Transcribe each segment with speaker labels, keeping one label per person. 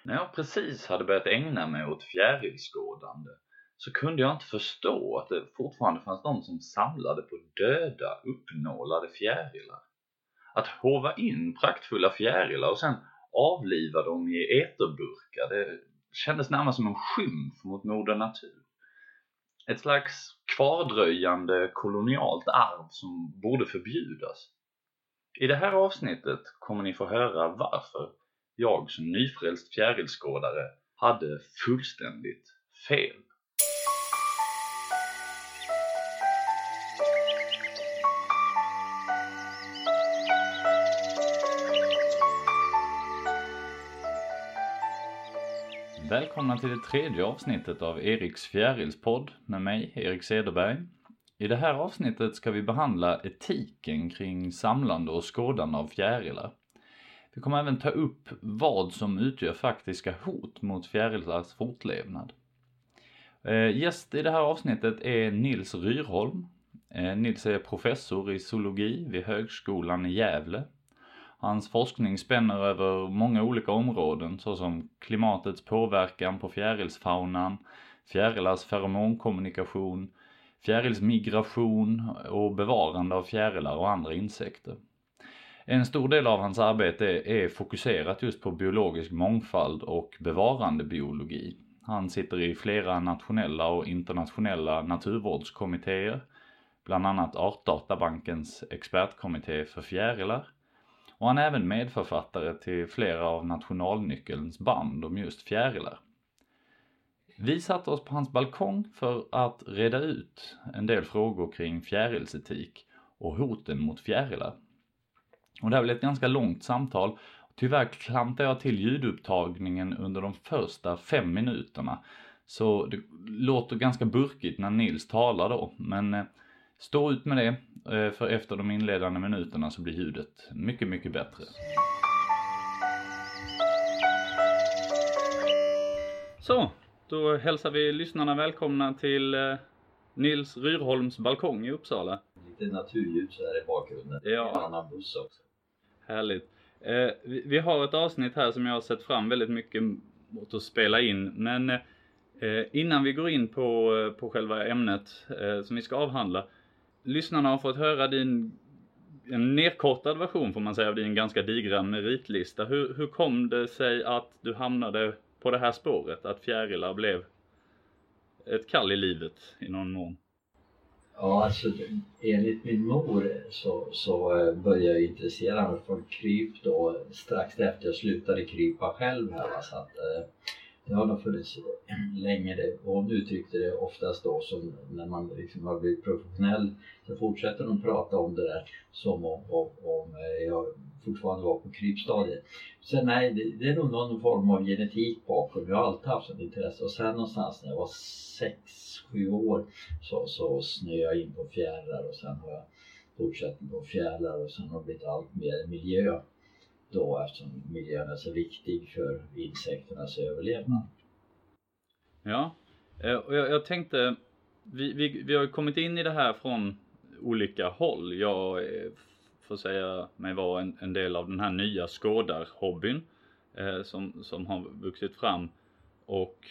Speaker 1: När jag precis hade börjat ägna mig åt fjärilskådande så kunde jag inte förstå att det fortfarande fanns de som samlade på döda, uppnålade fjärilar. Att hova in praktfulla fjärilar och sen avliva dem i eterburkar, det kändes närmast som en skymf mot moder natur. Ett slags kvardröjande kolonialt arv som borde förbjudas. I det här avsnittet kommer ni få höra varför jag som nyfrälst fjärilskådare hade fullständigt fel. Välkomna till det tredje avsnittet av Eriks fjärilspodd med mig, Erik Cederberg. I det här avsnittet ska vi behandla etiken kring samlande och skådande av fjärilar. Vi kommer även ta upp vad som utgör faktiska hot mot fjärilars fortlevnad. Gäst i det här avsnittet är Nils Ryrholm. Nils är professor i zoologi vid Högskolan i Gävle. Hans forskning spänner över många olika områden såsom klimatets påverkan på fjärilsfaunan, fjärilars feromonkommunikation, fjärilsmigration och bevarande av fjärilar och andra insekter. En stor del av hans arbete är fokuserat just på biologisk mångfald och bevarandebiologi. Han sitter i flera nationella och internationella naturvårdskommittéer, bland annat Artdatabankens expertkommitté för fjärilar. Och han är även medförfattare till flera av Nationalnyckelns band om just fjärilar. Vi satte oss på hans balkong för att reda ut en del frågor kring fjärilsetik och hoten mot fjärilar. Och det här blev ett ganska långt samtal. Tyvärr klantade jag till ljudupptagningen under de första 5 minuterna. Så det låter ganska burkigt när Nils talar då. Men stå ut med det, för efter de inledande minuterna så blir ljudet mycket, mycket bättre. Så, då hälsar vi lyssnarna välkomna till Nils Ryrholms balkong i Uppsala.
Speaker 2: Lite naturljud så här i bakgrunden.
Speaker 1: Ja.
Speaker 2: En annan buss också.
Speaker 1: Härligt. Vi har ett avsnitt här som jag har sett fram väldigt mycket mot att spela in. Men innan vi går in på själva ämnet som vi ska avhandla. Lyssnarna har fått höra en nedkortad version får man säga av din ganska digra meritlista. Hur kom det sig att du hamnade på det här spåret? Att fjärilar blev ett kall i livet i någon mån?
Speaker 2: Ja, alltså enligt min mor så började jag intressera mig för kryp då strax efter jag slutade krypa själv här. Va? Så att det har nog funnits länge det. Och hon uttryckte det oftast då som när man liksom har blivit professionell så fortsätter de prata om det där som om jag fortfarande var på krypstadiet. Så nej, det är nog någon form av genetik bakom. Jag har alltid haft ett intresse och sen någonstans när jag var 6-7 år så snöade jag in på fjärilar och sen har jag fortsatt på fjärilar och sen har det blivit allt mer miljö. Då eftersom miljön är så viktig för insekternas överlevnad.
Speaker 1: Ja, och jag tänkte, vi har kommit in i det här från olika håll. Jag får säga mig vara en del av den här nya skådarhobbyn som har vuxit fram. Och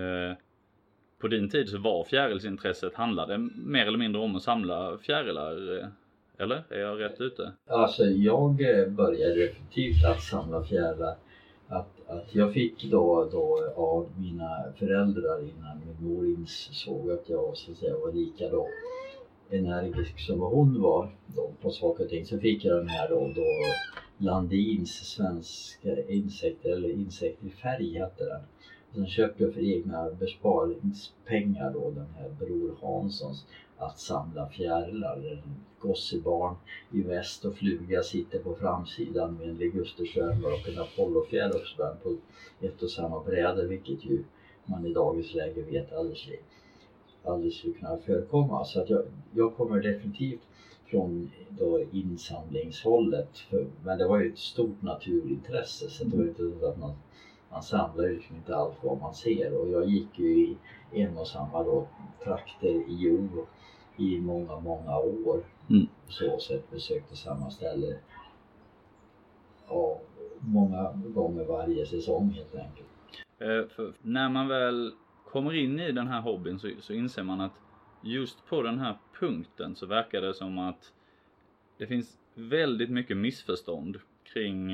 Speaker 1: på din tid så var fjärilsintresset handlade mer eller mindre om att samla fjärilar. Eller? Är jag rätt ute?
Speaker 2: Alltså jag började definitivt att samla fjärilar. Att jag fick då av mina föräldrar innan min mor insåg att jag så att säga var lika då energisk som hon var då på saker och ting. Så fick jag den här då Landins svenska insekter eller insekter i färg hette den. Sen köpte jag för egna besparingspengar då den här Bror Hanssons att samla fjärilar. Gossebarn i väst och fluga sitter på framsidan med en ligusterstjärna och en apollofjärd uppspänd på ett och samma bräde, vilket ju man i dagens läge vet aldrig skulle kunna förekomma. Så att jag kommer definitivt från då insamlingshållet, men det var ju ett stort naturintresse så det var inte så att man samlar ju liksom inte allt vad man ser, och jag gick ju i en och samma då trakter i många år. Så sett besökte samma ställe många gånger varje säsong helt enkelt.
Speaker 1: För när man väl kommer in i den här hobbyn så inser man att just på den här punkten så verkar det som att det finns väldigt mycket missförstånd kring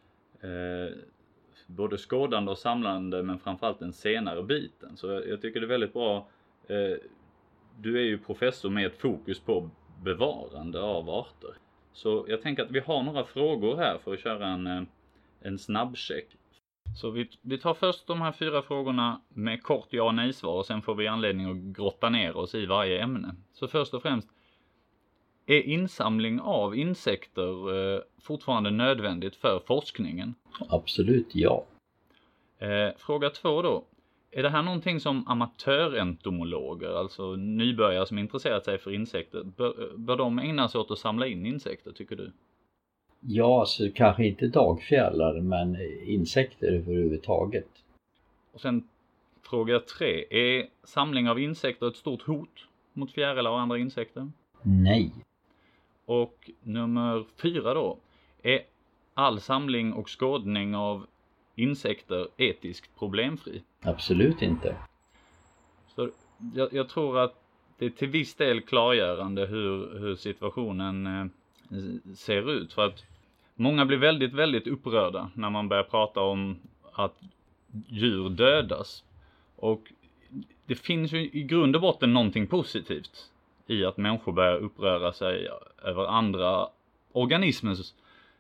Speaker 1: både skådande och samlande, men framförallt den senare biten. Så jag tycker det är väldigt bra. Du är ju professor med ett fokus på bevarande av arter. Så jag tänker att vi har några frågor här för att köra en snabbcheck. Så vi tar först de här 4 frågorna med kort ja och nej svar och sen får vi anledning att grotta ner oss i varje ämne. Så först och främst, är insamling av insekter fortfarande nödvändigt för forskningen?
Speaker 2: Absolut ja.
Speaker 1: Fråga 2 då. Är det här någonting som amatörentomologer, alltså nybörjare som intresserat sig för insekter, bör de ägna sig åt att samla in insekter, tycker du?
Speaker 2: Ja, så kanske inte dagfjärilar, men insekter överhuvudtaget.
Speaker 1: Och sen fråga 3. Är samling av insekter ett stort hot mot fjärilar och andra insekter?
Speaker 2: Nej.
Speaker 1: Och nummer 4 då. Är all samling och skådning av insekter etiskt problemfri?
Speaker 2: Absolut inte.
Speaker 1: Så jag tror att det är till viss del klargörande hur situationen ser ut. För att många blir väldigt, väldigt upprörda när man börjar prata om att djur dödas. Och det finns ju i grund och botten någonting positivt i att människor börjar uppröra sig över andra organismers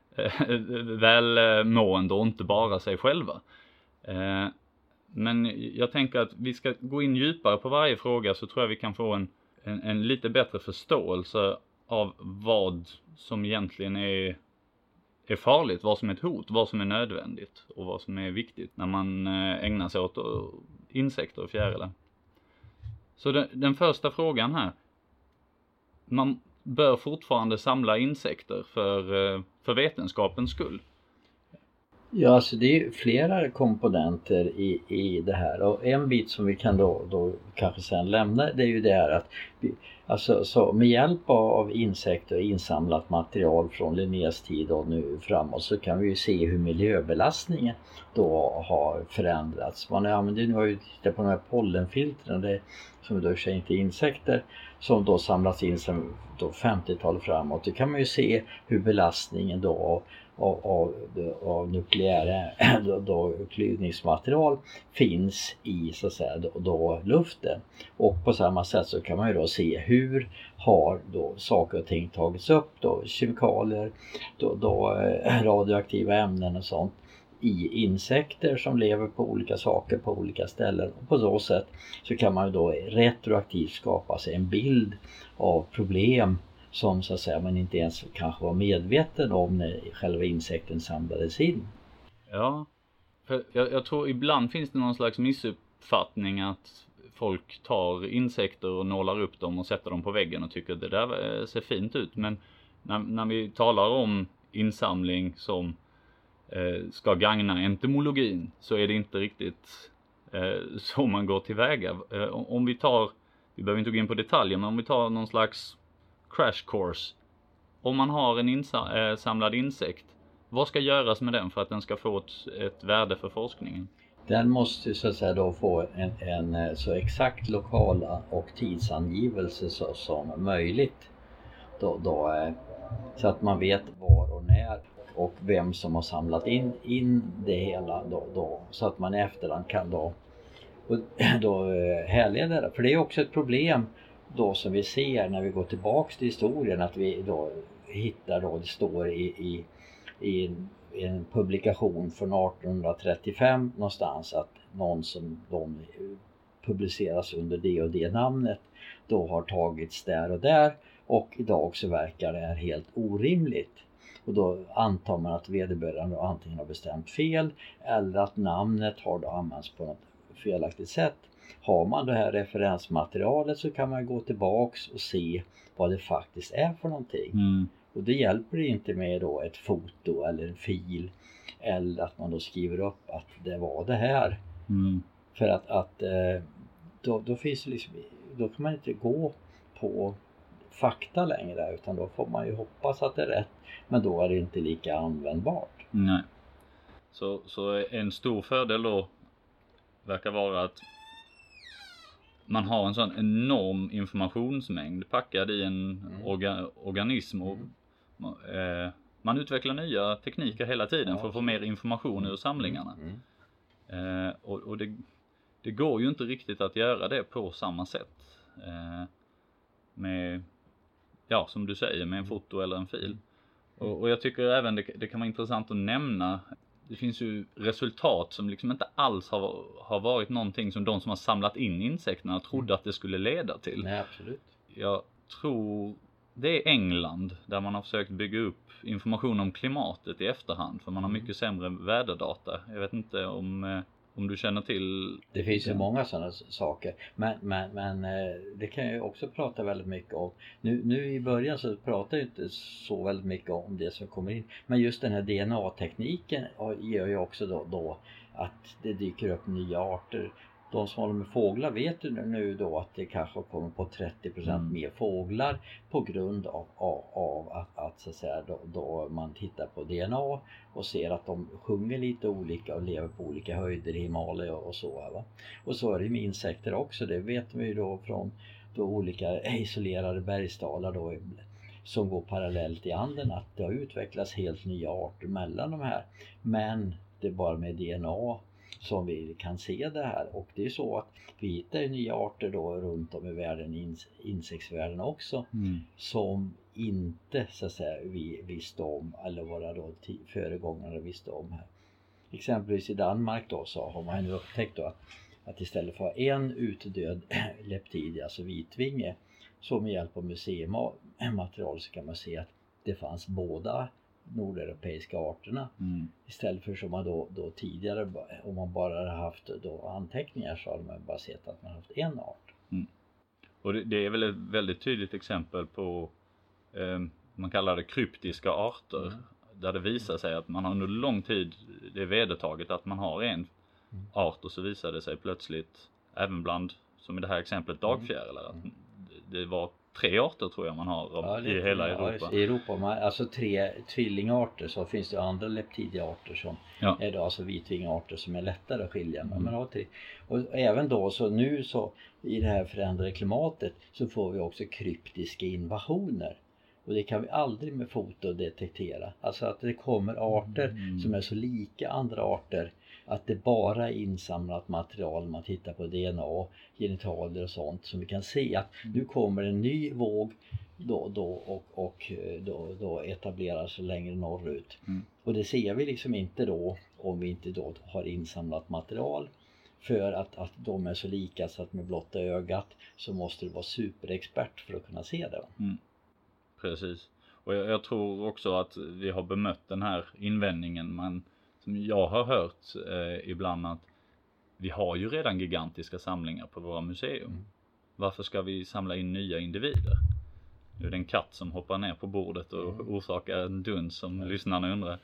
Speaker 1: välmående och inte bara sig själva. Men jag tänker att vi ska gå in djupare på varje fråga, så tror jag vi kan få en lite bättre förståelse av vad som egentligen är farligt, vad som är ett hot, vad som är nödvändigt och vad som är viktigt när man ägnar sig åt insekter och fjärilar. Så den första frågan här. Man bör fortfarande samla insekter för vetenskapens skull.
Speaker 2: Ja, alltså det är flera komponenter i det här, och en bit som vi kan då kanske sen lämna, det är ju det här att så med hjälp av insekter och insamlat material från Linnés tid och nu framåt, så kan vi ju se hur miljöbelastningen då har förändrats. Man använder, nu har ju tittat på de här pollenfiltren, som då är inte insekter, som då samlats in sedan 50-talet framåt. Då kan man ju se hur belastningen då av nukleära klyvningsmaterial finns i så att säga då luften. Och på samma sätt så kan man ju då se hur har då saker och ting tagits upp, då kemikalier, då radioaktiva ämnen och sånt i insekter som lever på olika saker på olika ställen. Och på så sätt så kan man ju då retroaktivt skapa sig en bild av problem som så att säga man inte ens kanske var medveten om när själva insekten samlades in.
Speaker 1: Ja, för jag tror ibland finns det någon slags missuppfattning att folk tar insekter och nålar upp dem och sätter dem på väggen och tycker att det där ser fint ut. Men när vi talar om insamling som ska gagna entomologin, så är det inte riktigt så man går tillväga. Om vi behöver inte gå in på detaljer, men om vi tar någon slags crash course. Om man har en samlad insekt, vad ska göras med den för att den ska få ett värde för forskningen?
Speaker 2: Den måste så att säga då få en så exakt lokala och tidsangivelse som möjligt. Så att man vet var och när och vem som har samlat in det hela då, så att man i efterhand kan då härleda det. För det är också ett problem då som vi ser när vi går tillbaks till historien, att vi då hittar då, det står i en publikation från 1835 någonstans, att någon som de publiceras under det och det namnet då har tagits där och där, och idag så verkar det här helt orimligt. Och då antar man att vederbörande antingen har bestämt fel eller att namnet har då använts på något felaktigt sätt. Har man det här referensmaterialet så kan man gå tillbaks och se vad det faktiskt är för någonting. Och det hjälper inte med då ett foto eller en fil, eller att man då skriver upp att det var det här. För att då finns det liksom, då kan man inte gå på fakta längre, utan då får man ju hoppas att det är rätt, men då är det inte lika användbart.
Speaker 1: Nej. Så en stor fördel då verkar vara att man har en sån enorm informationsmängd packad i en organism och man utvecklar nya tekniker hela tiden för att få mer information ur samlingarna. Och det går ju inte riktigt att göra det på samma sätt med, som du säger, med en foto eller en fil. Och jag tycker även det kan vara intressant att nämna, det finns ju resultat som liksom inte alls har varit någonting som de som har samlat in insekterna trodde att det skulle leda till.
Speaker 2: Nej, absolut.
Speaker 1: Jag tror det är England där man har försökt bygga upp information om klimatet i efterhand, för man har mycket sämre väderdata. Jag vet inte om du känner till.
Speaker 2: Det finns ju många sådana saker, men det kan jag ju också prata väldigt mycket om. Nu i början så pratar jag inte så väldigt mycket om det som kommer in, men just den här DNA-tekniken gör ju också då att det dyker upp nya arter. De som håller med fåglar vet ju nu då att det kanske kommer på 30% mer fåglar på grund av att så att säga, då man tittar på DNA och ser att de sjunger lite olika och lever på olika höjder i Himalaya och så. Va? Och så är det med insekter också, det vet vi ju då från olika isolerade bergsdalar då, som går parallellt i anden, att det har utvecklats helt nya arter mellan de här. Men det är bara med DNA som vi kan se det här, och det är så att vi hittar nya arter då runt om i världen, insektsvärlden också, som inte så att säga vi visste om, eller våra då föregångare visste om här. Exempelvis i Danmark då så har man nu upptäckt då att istället för en utdöd leptid, alltså vitvinge, så med hjälp av museimaterial så kan man se att det fanns båda nordeuropeiska arterna, istället för som man då tidigare, om man bara hade haft då anteckningar, så hade man bara sett att man haft en art.
Speaker 1: Och det är väl ett väldigt tydligt exempel på man kallar det kryptiska arter, där det visar sig att man har under lång tid, det är vedertaget att man har en art, och så visar det sig plötsligt även bland, som i det här exemplet, dagfjärilar, att det var 3 arter tror jag man har i hela Europa.
Speaker 2: I Europa, alltså 3 tvillingarter, så finns det andra leptidiarter som är då alltså vitvingarter som är lättare att skilja. Men man har 3. Och även då så nu så i det här förändrade klimatet så får vi också kryptiska invasioner. Och det kan vi aldrig med foto detektera. Alltså att det kommer arter som är så lika andra arter att det bara är insamlat material, man tittar på DNA, genitalier och sånt, som vi kan se att nu kommer en ny våg då etablerar sig längre norrut. Och det ser vi liksom inte då om vi inte då har insamlat material, för att de är så lika så att med blotta ögat så måste det vara superexpert för att kunna se det.
Speaker 1: Precis. Och jag tror också att vi har bemött den här invändningen som jag har hört ibland, att vi har ju redan gigantiska samlingar på våra museum. Varför ska vi samla in nya individer? Nu är det en katt som hoppar ner på bordet och orsakar en duns som lyssnarna undrar.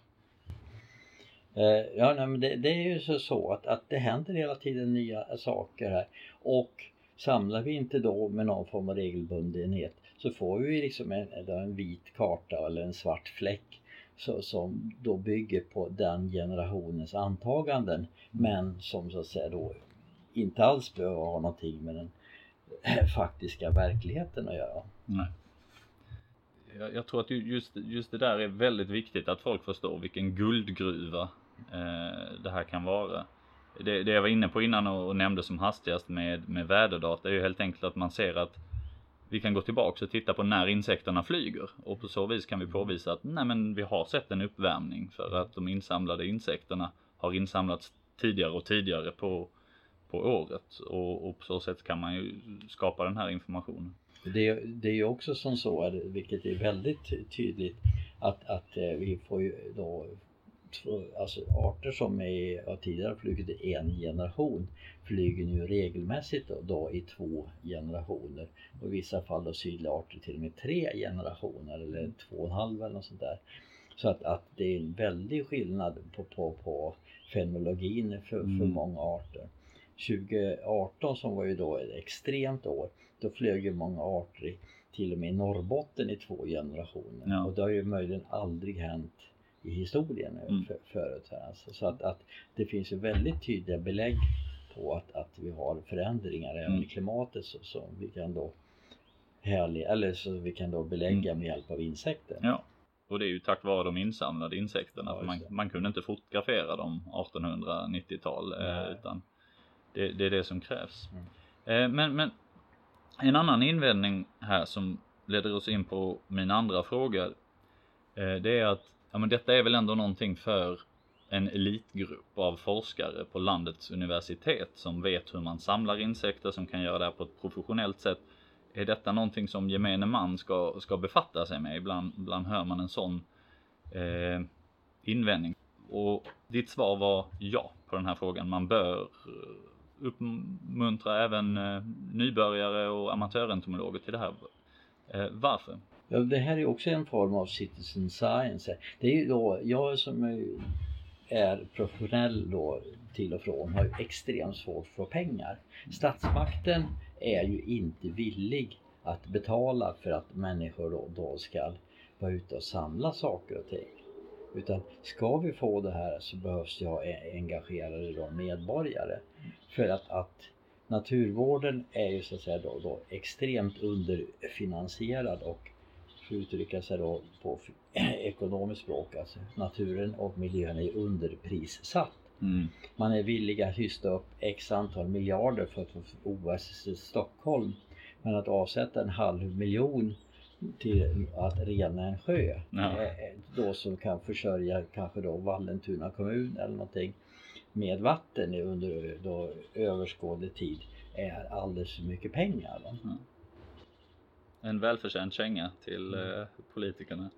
Speaker 2: Men det är ju så att det händer hela tiden nya saker här, och samlar vi inte då med någon form av regelbundenhet så får vi liksom en vit karta eller en svart fläck som då bygger på den generationens antaganden, men som så att säga då inte alls behöver ha någonting med den faktiska verkligheten att göra.
Speaker 1: Nej. Jag tror att just det där är väldigt viktigt, att folk förstår vilken guldgruva det här kan vara. Det jag var inne på innan och nämnde som hastigast med väderdata är ju helt enkelt att man ser att vi kan gå tillbaka och titta på när insekterna flyger, och på så vis kan vi påvisa att vi har sett en uppvärmning för att de insamlade insekterna har insamlats tidigare och tidigare på året, och på så sätt kan man ju skapa den här informationen. Det
Speaker 2: är ju också som så, vilket är väldigt tydligt, att vi får ju då alltså arter som har tidigare flugit i en generation flyger nu regelmässigt då i 2 generationer, och i vissa fall då sydliga arter till och med 3 generationer eller 2,5 eller något sånt där. Så att det är en väldig skillnad på fenologin för många arter. 2018 som var ju då ett extremt år, då flög ju många arter till och med i Norrbotten i 2 generationer, och det har ju möjligen aldrig hänt i historien förut här. Alltså. Så att det finns ju väldigt tydliga belägg på att vi har förändringar även i klimatet så vi kan då så vi kan då belägga med hjälp av insekter.
Speaker 1: Ja, och det är ju tack vare de insamlade insekterna. För man kunde inte fotografera dem 1890-tal utan det är det som krävs. Men en annan invändning här som leder oss in på min andra fråga, det är att men detta är väl ändå någonting för en elitgrupp av forskare på landets universitet som vet hur man samlar insekter, som kan göra det på ett professionellt sätt. Är detta någonting som gemene man ska befatta sig med? Ibland hör man en sån invändning. Och ditt svar var ja på den här frågan. Man bör uppmuntra även nybörjare och amatörentomologer till det här. Varför?
Speaker 2: Ja, det här är också en form av citizen science. Det är ju då, jag som är professionell då till och från har ju extremt svårt för pengar. Statsmakten är ju inte villig att betala för att människor då ska vara ute och samla saker och ting. Utan ska vi få det här så behövs jag engagerade då medborgare. För att naturvården är ju så att säga då extremt underfinansierad och för att uttrycka sig då på ekonomiskt språk, alltså naturen och miljön är underprissatt. Man är villig att hysta upp x antal miljarder för att få OS i Stockholm, men att avsätta 500 000 till att rena en sjö då som kan försörja kanske då Vallentuna kommun eller någonting med vatten under då överskådlig tid är alldeles för mycket pengar.
Speaker 1: En välförtjänt känga till politikerna.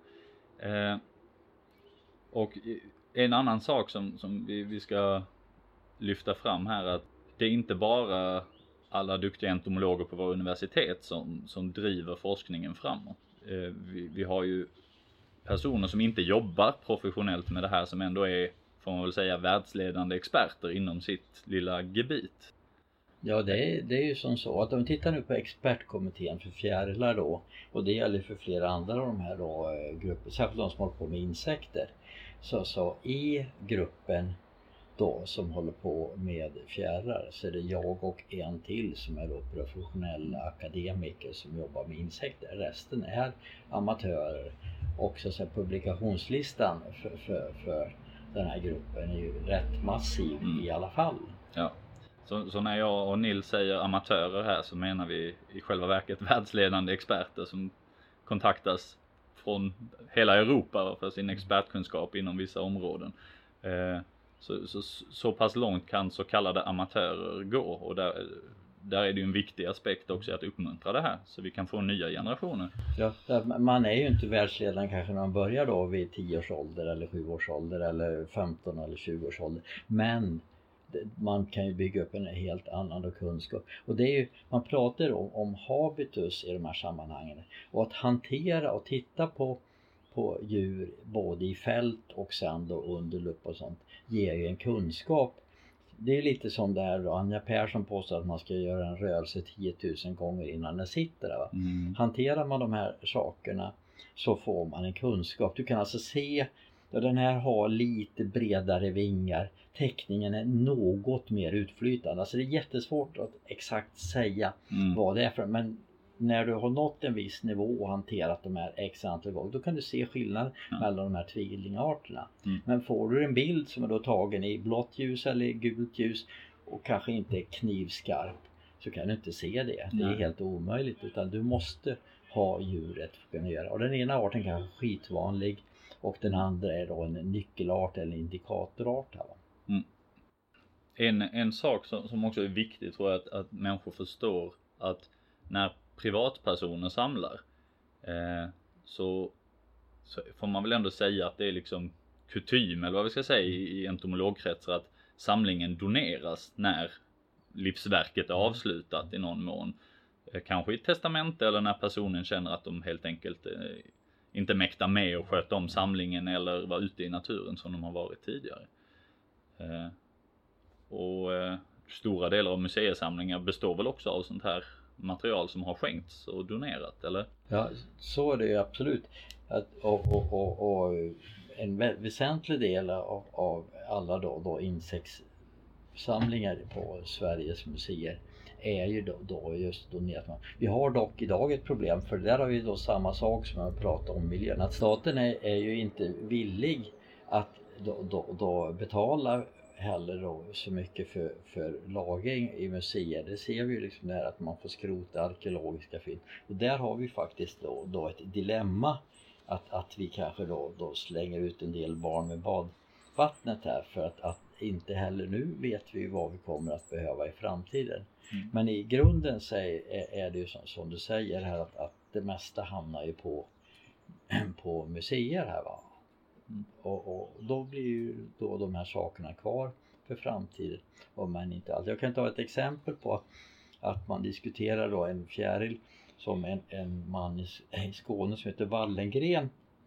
Speaker 1: Och en annan sak som vi ska lyfta fram här, att det är inte bara alla duktiga entomologer på våra universitet som driver forskningen framåt. Vi har ju personer som inte jobbar professionellt med det här, som ändå är, får man väl säga, världsledande experter inom sitt lilla gebit.
Speaker 2: Ja, det är ju som så att om vi tittar nu på expertkommittén för fjärilar då, och det gäller för flera andra av de här då grupper, särskilt de som håller på med insekter. Så i gruppen då som håller på med fjärilar så är det jag och en till som är då professionella akademiker som jobbar med insekter. Resten är amatörer, och så publikationslistan för den här gruppen är ju rätt massiv i alla fall.
Speaker 1: Ja. Så när jag och Nils säger amatörer här så menar vi i själva verket världsledande experter som kontaktas från hela Europa för sin expertkunskap inom vissa områden. Så pass långt kan så kallade amatörer gå, och där är det ju en viktig aspekt också att uppmuntra det här så vi kan få nya generationer.
Speaker 2: Ja, man är ju inte världsledande kanske när man börjar då vid 10 års ålder eller 7 års ålder eller 15 eller 20 års ålder, men man kan ju bygga upp en helt annan kunskap. Och det är ju, man pratar om habitus i de här sammanhangen, och att hantera och titta på djur både i fält och sen då under lupp och sånt ger ju en kunskap. Det är lite som det här då, Anja Persson påstår att man ska göra en rörelse 10 000 gånger innan den sitter där, va? Hanterar man de här sakerna så får man en kunskap. Du kan alltså se att den här har lite bredare vingar, teckningen är något mer utflytande. Alltså det är jättesvårt att exakt säga vad det är för, men när du har nått en viss nivå och hanterat de här x antal gånger, då kan du se skillnad mellan de här tvillingarterna. Men får du en bild som är då tagen i blått ljus eller gult ljus och kanske inte är knivskarp, så kan du inte se det. Det är helt omöjligt, utan du måste ha djuret för att kunna göra. Och den ena arten kanske är skitvanlig och den andra är då en nyckelart eller indikatorart här, va?
Speaker 1: En sak som också är viktig, tror jag, att människor förstår, att när privatpersoner samlar så får man väl ändå säga att det är liksom kutym, eller vad vi ska säga i entomologkretsar, att samlingen doneras när livsverket är avslutat i någon mån. Kanske i ett testamente, eller när personen känner att de helt enkelt inte mäktar med och sköta om samlingen eller vara ute i naturen som de har varit tidigare. Och stora delar av museisamlingar består väl också av sånt här material som har skänkts och donerat, eller?
Speaker 2: Ja, så är det ju absolut. Och en väsentlig del av alla då samlingar på Sveriges museer är ju då just donerat. Vi har dock idag ett problem, för där har vi då samma sak som jag pratade om miljön. Att staten är ju inte villig att då betala heller då så mycket för lagring i museer. Det ser vi ju liksom där att man får skrota arkeologiska fynd. Och där har vi faktiskt då ett dilemma att vi kanske då slänger ut en del barn med badvattnet här, för att inte heller nu vet vi vad vi kommer att behöva i framtiden. Men i grunden så är det ju som du säger här att det mesta hamnar ju på museer här, va. Och då blir ju då de här sakerna kvar för framtiden. Men inte alls. Jag kan ta ett exempel på att man diskuterar då en fjäril som en man i Skåne som heter Wallengren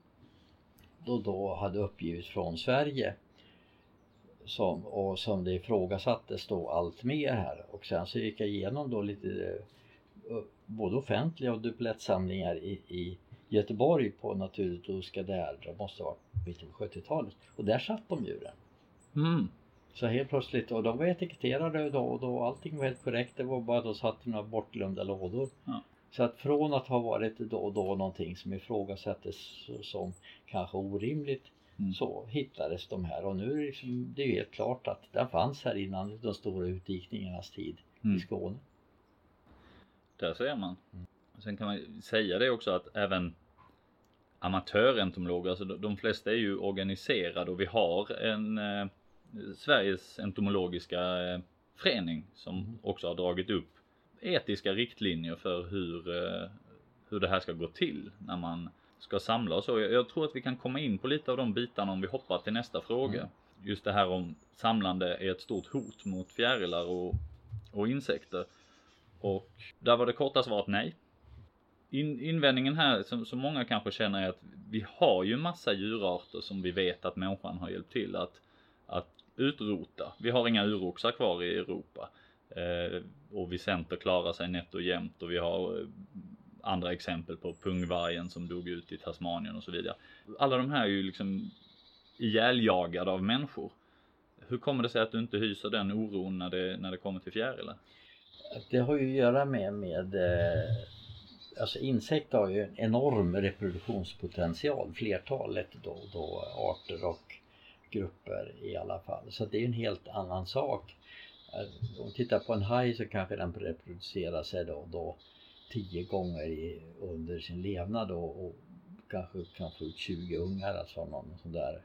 Speaker 2: då hade uppgivits från Sverige, som det ifrågasattes då allt mer här. Och sen så gick jag igenom då lite både offentliga och dubblettsamlingar i Göteborg på Naturhistoriska där. Det måste ha varit mitten på 70-talet. Och där satt de djuren. Så helt plötsligt, och de var etiketterade då, och då allting var helt korrekt. Det var bara då satt i några bortglömda lådor. Ja. Så att från att ha varit då någonting som ifrågasattes som kanske orimligt, så hittades de här. Och nu är det, liksom, det är ju helt klart att den fanns här innan de stora utdikningarnas tid i Skåne.
Speaker 1: Där ser man. Sen kan man säga det också att även amatörentomologer, alltså de flesta är ju organiserade, och vi har en Sveriges entomologiska förening som också har dragit upp etiska riktlinjer för hur det här ska gå till när man ska samla och så. Jag tror att vi kan komma in på lite av de bitarna om vi hoppar till nästa fråga. Just det här om samlande är ett stort hot mot fjärilar och insekter. Och där var det korta svaret nej. Invändningen här som många kanske känner är att vi har ju massa djurarter som vi vet att människan har hjälpt till att utrota. Vi har inga uroxar kvar i Europa. Och vicenter klarar sig nätt och jämnt, och vi har andra exempel på pungvargen som dog ut i Tasmanien och så vidare. Alla de här är ju liksom ihjäljagade av människor. Hur kommer det sig att du inte hyser den oron när det kommer till fjärilar?
Speaker 2: Det har ju att göra med alltså insekter har ju en enorm reproduktionspotential, flertalet då arter och grupper i alla fall. Så det är en helt annan sak. Om vi tittar på en haj så kanske den reproducerar sig då 10 gånger under sin levnad och kanske kan få ut 20 ungar, alltså någon sån där.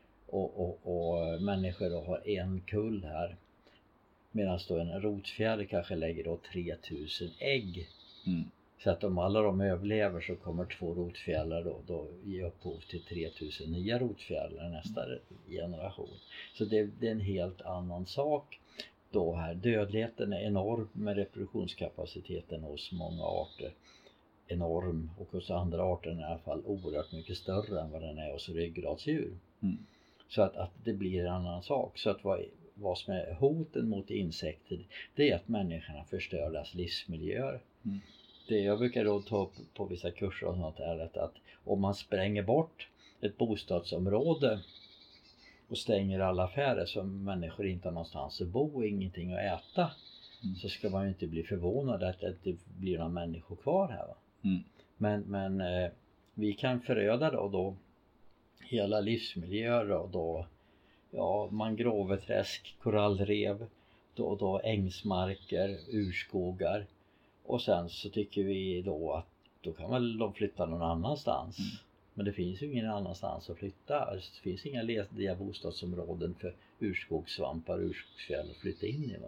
Speaker 2: Och människor då har en kull här. Medan då en rotfjäril kanske lägger då 3000 ägg. Så att om alla de överlever så kommer 2 rotfjärilar då ge upphov till 3000 nya rotfjärilar nästa generation. Så det är en helt annan sak då här. Dödligheten är enorm, med reproduktionskapaciteten hos många arter enorm, och hos andra arter i alla fall oerhört mycket större än vad den är hos ryggradsdjur. Så att det blir en annan sak. Så att vad som är hoten mot insekter, det är att människorna förstör deras livsmiljöer. Det jag brukar då ta upp på vissa kurser och sånt är att om man spränger bort ett bostadsområde och stänger alla affärer så människor inte har någonstans att bo och ingenting att äta, så ska man ju inte bli förvånad att det inte blir några människor kvar här, va? Men vi kan föröda då hela livsmiljöer och då mangroveträsk, korallrev, då ängsmarker, urskogar. Och sen så tycker vi då att då kan väl de flytta någon annanstans. Men det finns ju ingen annanstans att flytta. Det finns inga lediga bostadsområden för urskogssvampar och urskogsfjäll att flytta in i.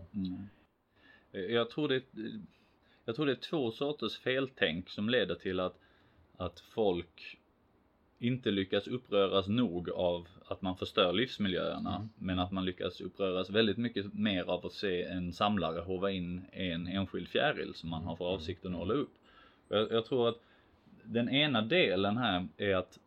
Speaker 1: Jag tror det är 2 sorters feltänk som leder till att folk inte lyckas uppröras nog av att man förstör livsmiljöerna, men att man lyckas uppröras väldigt mycket mer av att se en samlare hova in en enskild fjäril som man har för avsikt att nåla upp. Jag tror att den ena delen här är att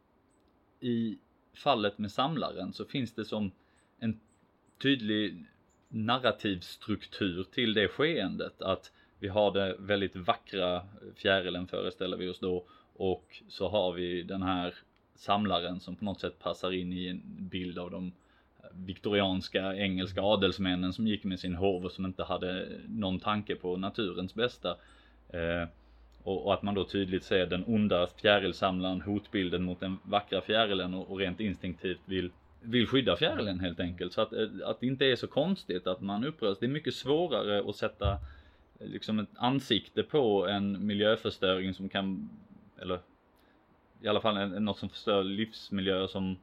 Speaker 1: i fallet med samlaren så finns det som en tydlig narrativstruktur till det skeendet, att vi har det väldigt vackra fjärilen, föreställer vi oss då, och så har vi den här samlaren som på något sätt passar in i en bild av de viktorianska engelska adelsmännen som gick med sin hov och som inte hade någon tanke på naturens bästa. Och att man då tydligt ser den onda fjärilsamlaren, hotbilden mot den vackra fjärilen och rent instinktivt vill skydda fjärilen helt enkelt. Så att det inte är så konstigt att man upprörs. Det är mycket svårare att sätta liksom ett ansikte på en miljöförstöring som kan, eller i alla fall något som förstör livsmiljöer som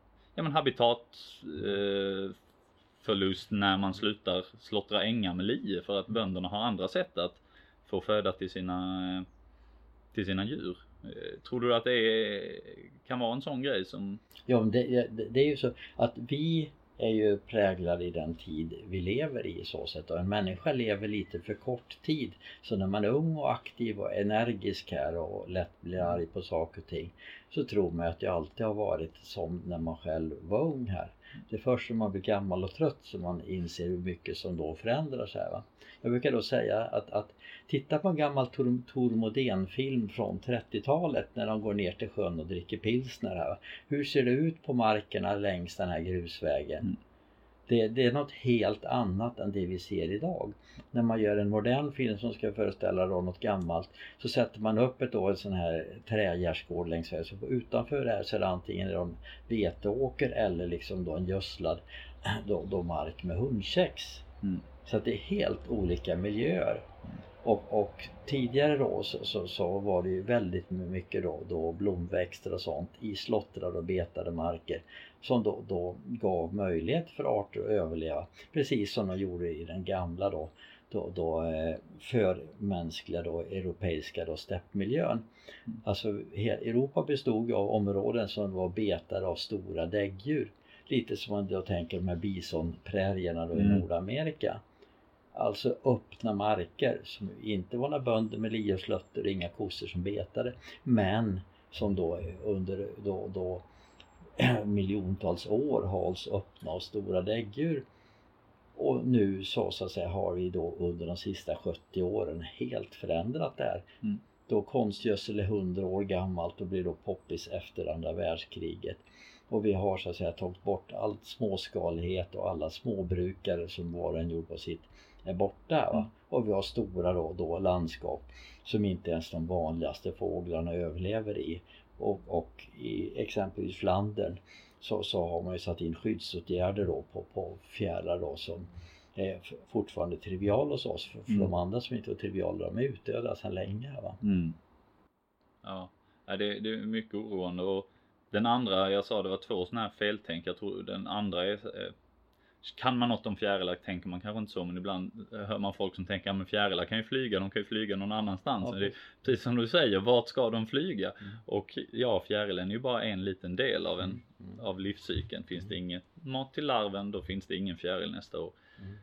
Speaker 1: habitatförlust när man slutar slottra ängar med lie för att bönderna har andra sätt att få föda till sina djur. Tror du att det kan vara en sån grej som...
Speaker 2: Ja, men det är ju så att vi är ju präglade i den tid vi lever i så sätt. Och en människa lever lite för kort tid. Så när man är ung och aktiv och energisk här och lätt blir arg på saker och ting, så tror man att det alltid har varit som när man själv var ung här. Det är först när man blir gammal och trött som man inser hur mycket som då förändras här, va. Jag brukar då säga att titta på en gammal Tor Modén-film från 30-talet när de går ner till sjön och dricker pilsner här, va. Hur ser det ut på markerna längs den här grusvägen? Det är något helt annat än det vi ser idag. När man gör en modern film som ska föreställa då något gammalt, så sätter man upp en sån här trägärdsgård längs vägen. Så utanför det här så är det antingen en veteåker eller liksom då en gödslad då mark med hundkex. Så att det är helt olika miljöer. Och tidigare då så var det ju väldigt mycket då blomväxter och sånt i slottrade och betade marker som då gav möjlighet för arter att överleva, precis som de gjorde i den gamla då förmänskliga europeiska steppmiljön. Alltså Europa bestod av områden som var betade av stora däggdjur, lite som man då tänker de här bisonprärierna då i Nordamerika. Alltså öppna marker som inte var några bönder med lie och slötter, inga kossor som betade, men som då under då miljontals år hålls öppna av stora däggdjur. Och nu så att säga har vi då under de sista 70 åren helt förändrat det här. Då konstgödsel är 100 år gammalt och blir då poppis efter andra världskriget. Och vi har så att säga tagit bort allt småskalighet och alla småbrukare som var en gjorde på sitt är borta, va? Och vi har stora då landskap som inte ens de vanligaste fåglarna överlever i. Och i exempelvis Flandern så har man ju satt in skyddsåtgärder då på fjärilar då som är fortfarande trivial hos oss. För de andra som inte var triviala, de är utdöda sedan länge, va?
Speaker 1: Ja, det är mycket oroande. Och den andra, jag sa det var 2 sådana här feltänk. Jag tror den andra är... Kan man något om fjärilar tänker man kanske inte så, men ibland hör man folk som tänker att fjärilar kan ju flyga, de kan ju flyga någon annanstans. Det är, precis som du säger, vart ska de flyga? Och ja, fjärilen är ju bara en liten del av livscykeln. Finns det inget mat till larven, då finns det ingen fjäril nästa år.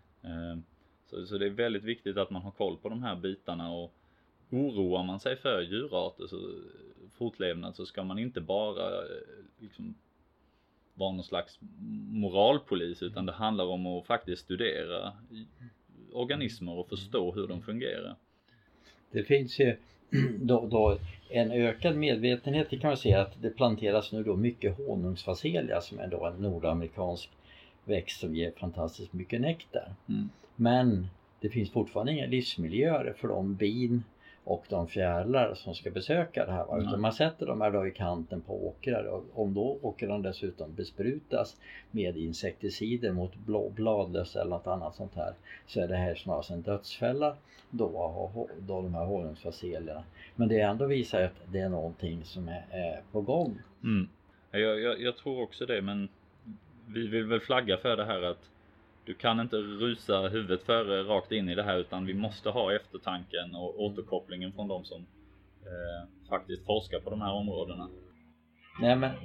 Speaker 1: Så det är väldigt viktigt att man har koll på de här bitarna, och oroar man sig för djurarter så fortlevnad, så ska man inte bara liksom vara någon slags moralpolis, utan det handlar om att faktiskt studera organismer och förstå hur de fungerar.
Speaker 2: Det finns ju då en ökad medvetenhet. Det kan man se att det planteras nu då mycket honungsfacelia som är då en nordamerikansk växt som ger fantastiskt mycket nektar. Men det finns fortfarande inga livsmiljöer för de bin och de fjärilar som ska besöka det här. Utan man sätter dem här då i kanten på åkrar, och om då åkrarna dessutom besprutas med insekticider mot bladlöss eller något annat sånt här, så är det här snarast en dödsfälla då de här honungsfacelierna. Men det ändå visar att det är någonting som är på gång.
Speaker 1: Jag tror också det, men vi vill väl flagga för det här att du kan inte rusa huvudet före rakt in i det här, utan vi måste ha eftertanken och återkopplingen från de som faktiskt forskar på de här områdena.
Speaker 2: Nej, men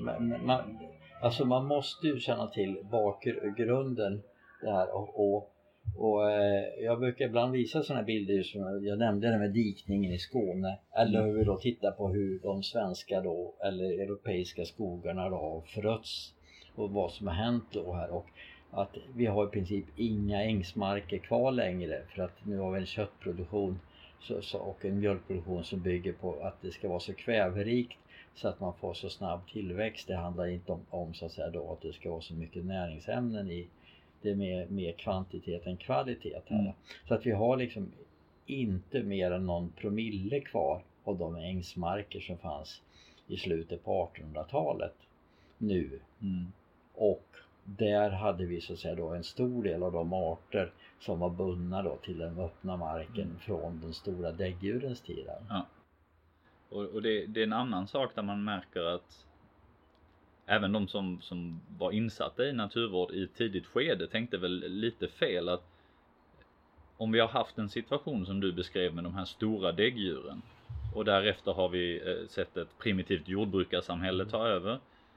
Speaker 2: man måste ju känna till bakgrunden där, och jag brukar ibland visa sådana bilder som jag nämnde, det med dikningen i Skåne, eller hur vi då tittar på hur de svenska då eller europeiska skogarna då har förötts och vad som har hänt då här, och att vi har i princip inga ängsmarker kvar längre, för att nu har vi en köttproduktion och en mjölkproduktion som bygger på att det ska vara så kväverikt så att man får så snabb tillväxt. Det handlar inte om så att säga då att det ska vara så mycket näringsämnen det är mer kvantitet än kvalitet här. Så att vi har liksom inte mer än någon promille kvar av de ängsmarker som fanns i slutet på 1800-talet nu. Och där hade vi så att säga då en stor del av de arter som var bundna då till den öppna marken från den stora däggdjurens tid.
Speaker 1: Ja. Och det är en annan sak där man märker att även de som var insatta i naturvård i ett tidigt skede tänkte väl lite fel, att om vi har haft en situation som du beskrev med de här stora däggdjuren och därefter har vi sett ett primitivt jordbrukarsamhälle ta över,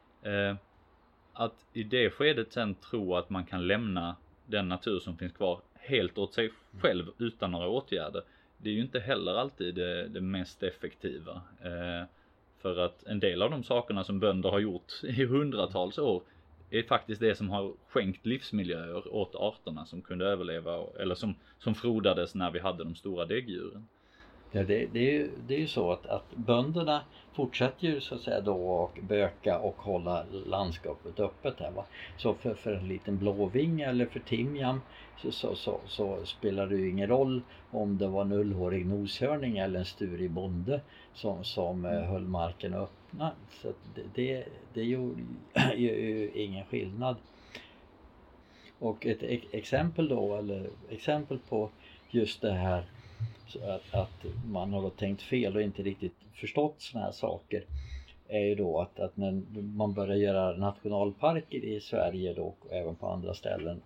Speaker 1: att i det skedet sen tro att man kan lämna den natur som finns kvar helt åt sig själv utan några åtgärder, det är ju inte heller alltid det mest effektiva. För att en del av de sakerna som bönder har gjort i hundratals år är faktiskt det som har skänkt livsmiljöer åt arterna som kunde överleva eller som frodades när vi hade de stora däggdjuren.
Speaker 2: Ja, det är ju så att bönderna fortsätter ju så att säga då att böka och hålla landskapet öppet här, va. Så för en liten blåving eller för timjan så spelar det ju ingen roll om det var en ullhårig noshörning eller en sturig bonde som höll marken öppna. Så det gjorde ju ingen skillnad. Och ett exempel då, eller exempel på just det här, så att man har då tänkt fel och inte riktigt förstått såna här saker, är ju då att när man börjar göra nationalparker i Sverige då, och även på andra ställen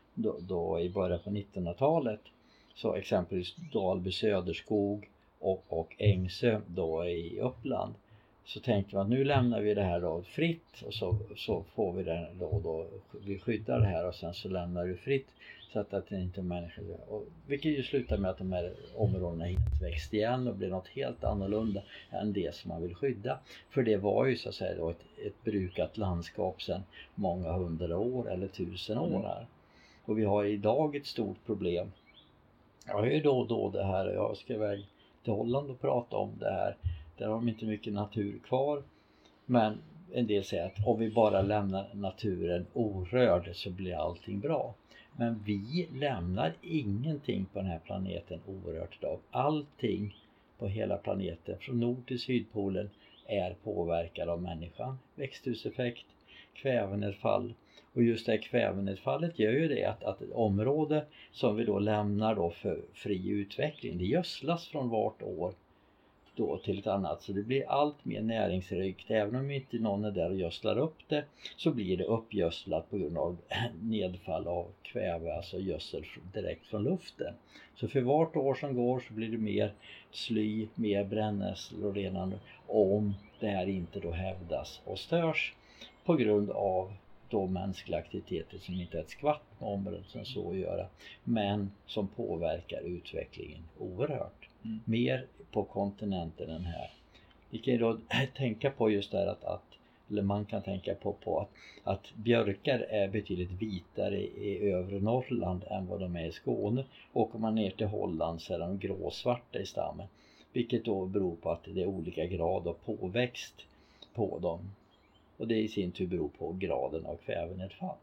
Speaker 2: då i början på 1900-talet, så exempelvis Dalby Söderskog och Ängsö då i Uppland, så tänkte man att nu lämnar vi det här då fritt och så får vi det då vi skyddar det här och sen så lämnar vi fritt så att det inte är människor. Och vilket ju slutar med att de här områdena helt växt igen och blir något helt annorlunda än det som man vill skydda. För det var ju så att säga då ett brukat landskap sedan många hundra år eller 1000 år här. Och vi har idag ett stort problem. Jag har ju då det här, jag ska iväg till Holland och prata om det här. Där har de inte mycket natur kvar. Men en del säger att om vi bara lämnar naturen orörd så blir allting bra. Men vi lämnar ingenting på den här planeten orört idag. Allting på hela planeten från nord till sydpolen är påverkad av människan. Växthuseffekt, kvävenedfall. Och just det här kvävenedfallet gör ju det att ett område som vi då lämnar då för fri utveckling, det gödslas från vart år då till ett annat. Så det blir allt mer näringsrikt. Även om inte någon är där och gödslar upp det, så blir det uppgödslat på grund av nedfall av kväve, alltså gödsel direkt från luften. Så för vart år som går så blir det mer sly, mer brännässel och renande, om det här inte då hävdas och störs på grund av då mänskliga aktiviteter som inte är ett skvatt med området som så att göra, men som påverkar utvecklingen oerhört. Mer på kontinenten än här. Vi kan ju då tänka på just det att eller man kan tänka på att björkar är betydligt vitare i övre Norrland än vad de är i Skåne. Åker man ner till Holland så är de gråsvarta i stammen. Vilket då beror på att det är olika grad av påväxt på dem. Och det i sin tur beror på graden av kvävenedfall.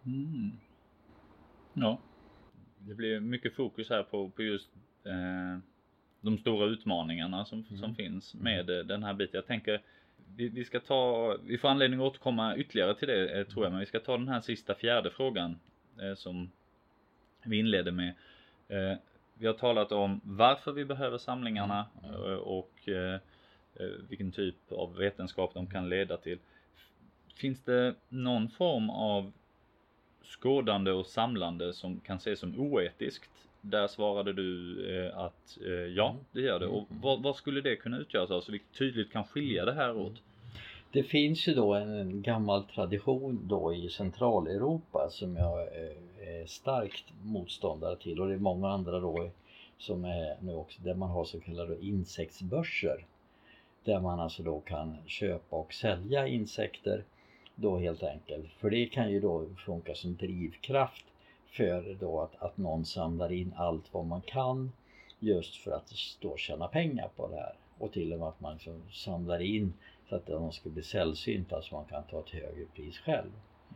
Speaker 1: Ja, det blir mycket fokus här på just de stora utmaningarna som finns med den här biten. Jag tänker vi får anledning att återkomma ytterligare till det tror jag, men vi ska ta den här sista fjärde frågan som vi inledde med. Vi har talat om varför vi behöver samlingarna och vilken typ av vetenskap de kan leda till. Finns det någon form av skådande och samlande som kan ses som oetiskt? Där svarade du att ja, det gör det. Och vad skulle det kunna utgöra av så vi tydligt kan skilja det här åt?
Speaker 2: Det finns ju då en gammal tradition då i Centraleuropa som jag är starkt motståndare till, och det är många andra då som är nu också, där man har så kallade insektsbörser. Där man alltså då kan köpa och sälja insekter då helt enkelt. För det kan ju då funka som drivkraft för då att någon samlar in allt vad man kan just för att då tjäna pengar på det här. Och till och med att man liksom samlar in så att de ska bli sällsynta så man kan ta ett högre pris själv.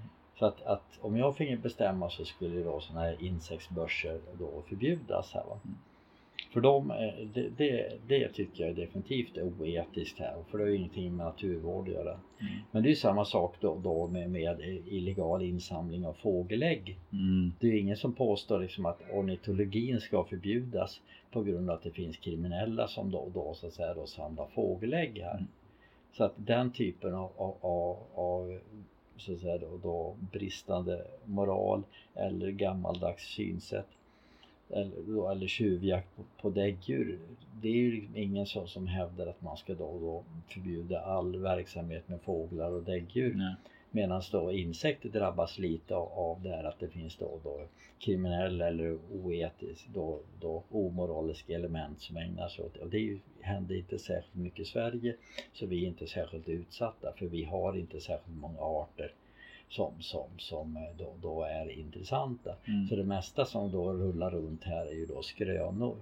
Speaker 2: Så att om jag finge bestämma så skulle då sådana här insektsbörser då förbjudas här va. För det tycker jag definitivt är oetiskt här. För det är ju ingenting med naturvård att göra. Men det är ju samma sak då med illegal insamling av fågelägg. Det är ju ingen som påstår liksom att ornitologin ska förbjudas på grund av att det finns kriminella som då så att säga då samlar fågelägg här. Så att den typen av så att säga då bristande moral eller gammaldags synsätt eller tjuvjakt på däggdjur, det är ju ingen som hävdar att man ska då förbjuda all verksamhet med fåglar och däggdjur. Medan då insekter drabbas lite av det här att det finns då kriminella eller oetisk då omoraliska element som ägnar sig åt det. Och det händer inte särskilt mycket i Sverige, så vi är inte särskilt utsatta, för vi har inte särskilt många arter som då är intressanta. Så det mesta som då rullar runt här är ju då skrönor.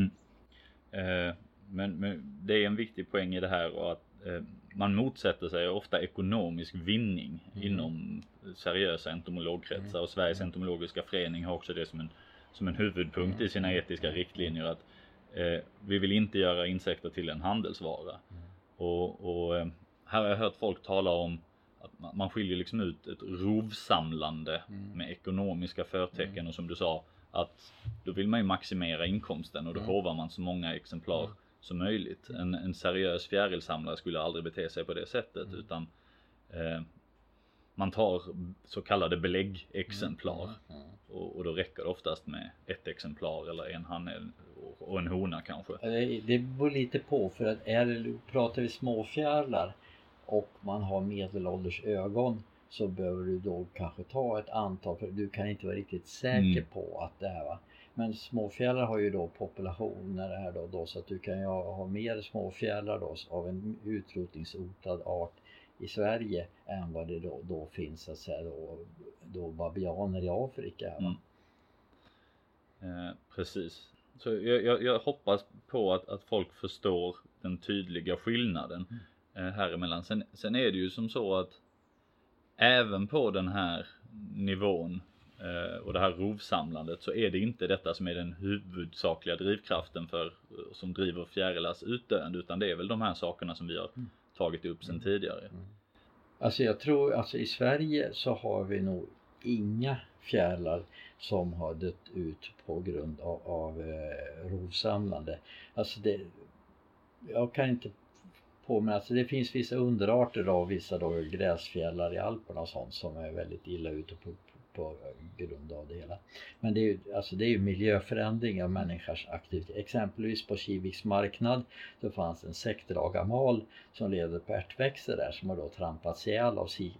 Speaker 1: Men det är en viktig poäng i det här, och att man motsätter sig ofta ekonomisk vinning inom seriösa entomologkretsar, och Sveriges entomologiska förening har också det som en huvudpunkt i sina etiska riktlinjer, att vi vill inte göra insekter till en handelsvara. Och här har jag hört folk tala om att man skiljer liksom ut ett rovsamlande med ekonomiska förtecken, och som du sa, att då vill man ju maximera inkomsten, och då hovar man så många exemplar som möjligt. En seriös fjärilsamlare skulle aldrig bete sig på det sättet, utan man tar så kallade beläggexemplar, och då räcker det oftast med ett exemplar eller en hanne och en hona kanske.
Speaker 2: Det beror lite på, för att pratar vi småfjärilar och man har medelålders ögon, så behöver du då kanske ta ett antal, för du kan inte vara riktigt säker på att det är va. Men småfjärilar har ju då populationer här då, så att du kan ju ha mer småfjärilar då av en utrotningshotad art i Sverige än vad det då finns att säga då babianer i Afrika.
Speaker 1: Precis. Så jag hoppas på att folk förstår den tydliga skillnaden här emellan. Sen är det ju som så att även på den här nivån och det här rovsamlandet, så är det inte detta som är den huvudsakliga drivkraften som driver fjärilars utdöende, utan det är väl de här sakerna som vi har tagit upp sedan tidigare.
Speaker 2: Alltså jag tror, i Sverige så har vi nog inga fjärilar som har dött ut på grund av rovsamlande. Alltså jag kan inte påminna, alltså det finns vissa underarter av vissa gräsfjällar i Alperna och sånt som är väldigt illa ute på grund av det hela. Men det är ju miljöförändring av människors aktivitet. Exempelvis på Kiviks marknad så fanns en sektragamal som levde på ärtväxter där, som har då trampats ihjäl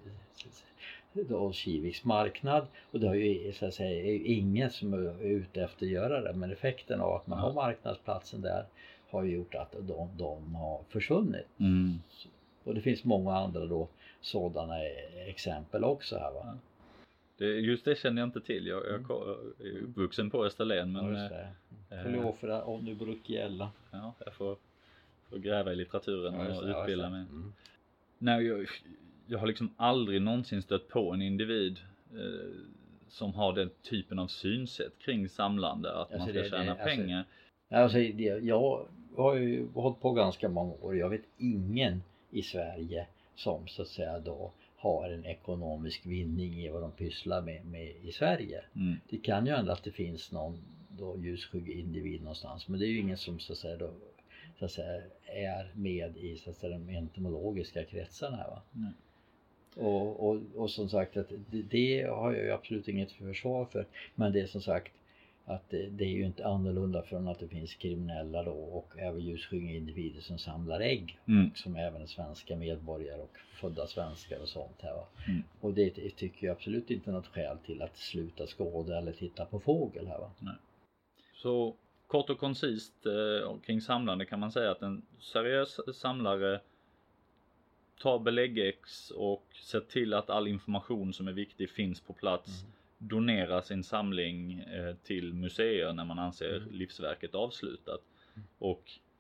Speaker 2: av Kiviks marknad, och det har ju så att säga ingen som är ute efter att göra det, men effekten av att man har marknadsplatsen där har gjort att de har försvunnit. Och det finns många andra sådana exempel också här va.
Speaker 1: Just det känner jag inte till. Jag är uppvuxen på Österlen, men
Speaker 2: Coleophora onubruchiella.
Speaker 1: Ja, jag får gräva i litteraturen och utbilda mig. Nej, jag har liksom aldrig någonsin stött på en individ som har den typen av synsätt kring samlande, att man ska tjäna pengar.
Speaker 2: Jag har ju hållit på ganska många år. Jag vet ingen i Sverige som så att säga då har en ekonomisk vinning i vad de pysslar med i Sverige. Det kan ju ändå att det finns någon ljusskygg individ någonstans, men det är ju ingen som så att säga är med i så att säga de entomologiska kretsarna här va. Och som sagt att det har jag ju absolut inget försvar för, men det är som sagt att det är ju inte annorlunda från att det finns kriminella och även ljusskygga individer som samlar ägg, som även svenska medborgare och födda svenskar och sånt här va. Och det tycker jag absolut inte något skäl till att sluta skåda eller titta på fågel här va.
Speaker 1: Nej. Så kort och koncist kring samlande kan man säga att en seriös samlare tar beläggex och ser till att all information som är viktig finns på plats. Donera sin samling till museer när man anser livsverket avslutat. Och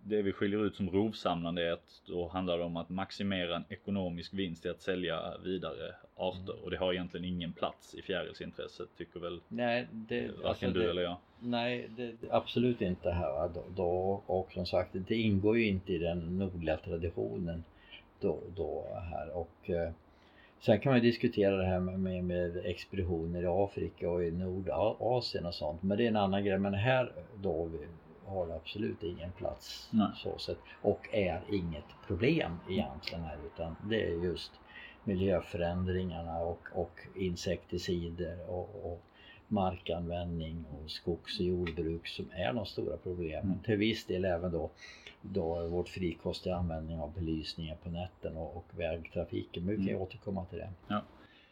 Speaker 1: det vi skiljer ut som rovsamlande är att då handlar det om att maximera en ekonomisk vinst i att sälja vidare arter. Och det har egentligen ingen plats i fjärilsintresset, tycker väl varken du eller jag.
Speaker 2: Nej, det absolut inte här. Och som sagt, det ingår ju inte i den nordliga traditionen då här. Och sen kan man diskutera det här med expeditioner i Afrika och i Nordasien och sånt. Men det är en annan grej. Men här då har det absolut ingen plats. Så sätt. Och är inget problem egentligen här. Utan det är just miljöförändringarna och insekticider och markanvändning och skogs- och jordbruk som är de stora problemen. Till viss del även då vårt frikostiga användning av belysningen på nätten och vägtrafiken. Men vi kan återkomma till det.
Speaker 1: Ja.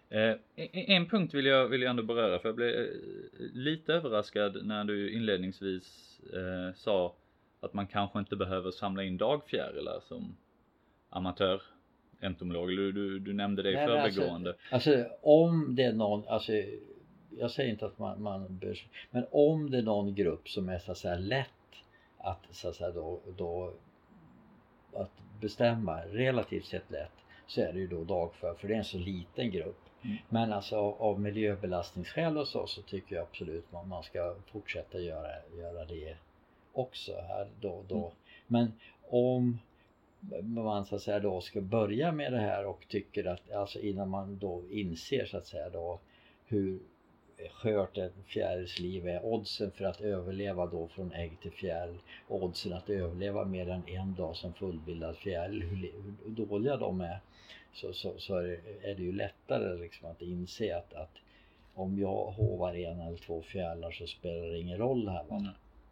Speaker 1: En punkt vill jag ändå beröra, för jag blev lite överraskad när du inledningsvis sa att man kanske inte behöver samla in dagfjärilar som amatörentomolog. Du nämnde det i förbigående.
Speaker 2: Alltså om det är någon, alltså jag säger inte att man bör, men om det är någon grupp som är så att säga lätt att så att säga då att bestämma, relativt sett lätt, så är det ju då dagfjäril, för det är en så liten grupp. Men alltså av miljöbelastningsskäl och så tycker jag absolut man ska fortsätta göra det också här då. Men om man så att säga då ska börja med det här och tycker att alltså innan man då inser så att säga då hur skört ett fjärilsliv är, oddsen för att överleva då från ägg till fjäril, oddsen att överleva mer än en dag som fullbildad fjäril, hur dåliga de är, så är det ju lättare liksom att inse att om jag hovar en eller två fjärilar så spelar det ingen roll här, va?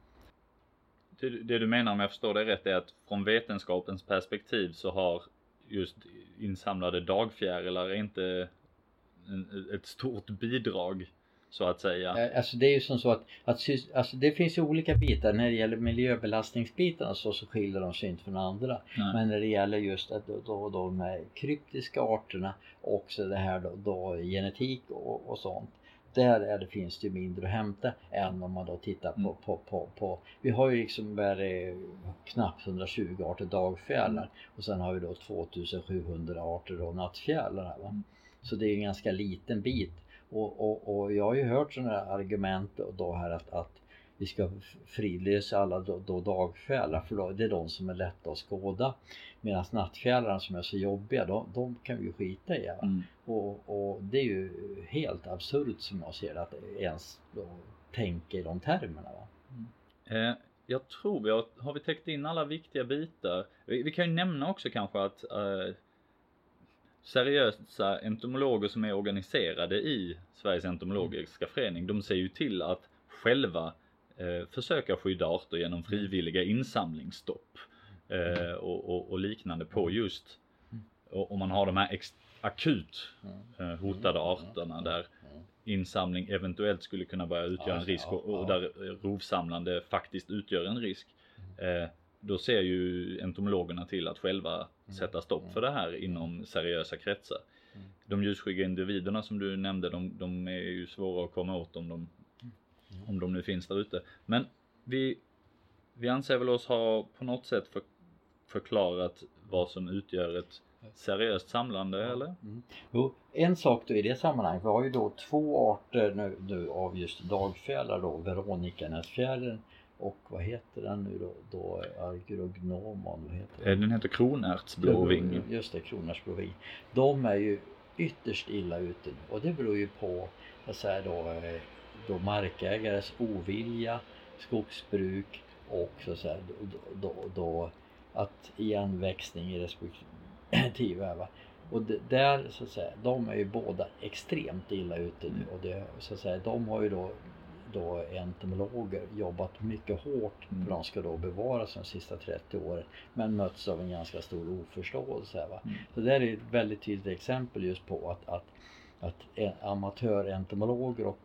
Speaker 1: Det du menar, om jag förstår det rätt, är att från vetenskapens perspektiv så har just insamlade dagfjärilar inte ett stort bidrag, så att säga.
Speaker 2: Alltså det är ju som så att alltså det finns ju olika bitar. När det gäller miljöbelastningsbitarna så skiljer de sig inte från andra.
Speaker 1: Nej.
Speaker 2: Men när det gäller just att då med kryptiska arterna och också det här då genetik och sånt, där finns det ju mindre att hämta än om man då tittar på vi har ju liksom knappt 120 arter dagfjärilar och sen har vi då 2700 arter då nattfjärilar här, va? Så det är en ganska liten bit. Och jag har ju hört sådana här argument då här att vi ska fridlösa alla då dagfjärilar, för då, det är de som är lätta att skåda. Medan nattfjärilarna som är så jobbiga, de kan vi ju skita i. Och det är ju helt absurt som jag ser att ens då tänka i de termerna. Va?
Speaker 1: Jag tror har vi täckt in alla viktiga bitar. Vi kan ju nämna också kanske att seriösa entomologer som är organiserade i Sveriges entomologiska förening, de ser ju till att själva försöka skydda arter genom frivilliga insamlingsstopp och liknande på just om man har de här akut hotade arterna där insamling eventuellt skulle kunna börja utgöra en risk och där rovsamlande faktiskt utgör en risk. Då ser ju entomologerna till att själva sätta stopp för det här inom seriösa kretsar. De ljusskygga individerna som du nämnde, de är ju svåra att komma åt om de nu finns där ute. Men vi anser väl oss ha på något sätt förklarat vad som utgör ett seriöst samlande, eller?
Speaker 2: Jo, en sak då i det sammanhanget, vi har ju då två arter nu av just dagfjärilar då, Veronikanäsfjärilen och vad heter den nu då Argyrognumon,
Speaker 1: Den heter kronärtsblåving.
Speaker 2: Just det, kronärtsblåving. De är ju ytterst illa ute nu, och det beror ju på då markägares ovilja, skogsbruk och så här, då att igenväxning i respektive, va? Och där så att säga, de är ju båda extremt illa ute nu, och det, så att säga, de har ju då entomologer jobbat mycket hårt för de ska då bevaras de sista 30 åren, men möts av en ganska stor oförståelse, va? Så det är ett väldigt tydligt exempel just på att amatörentomologer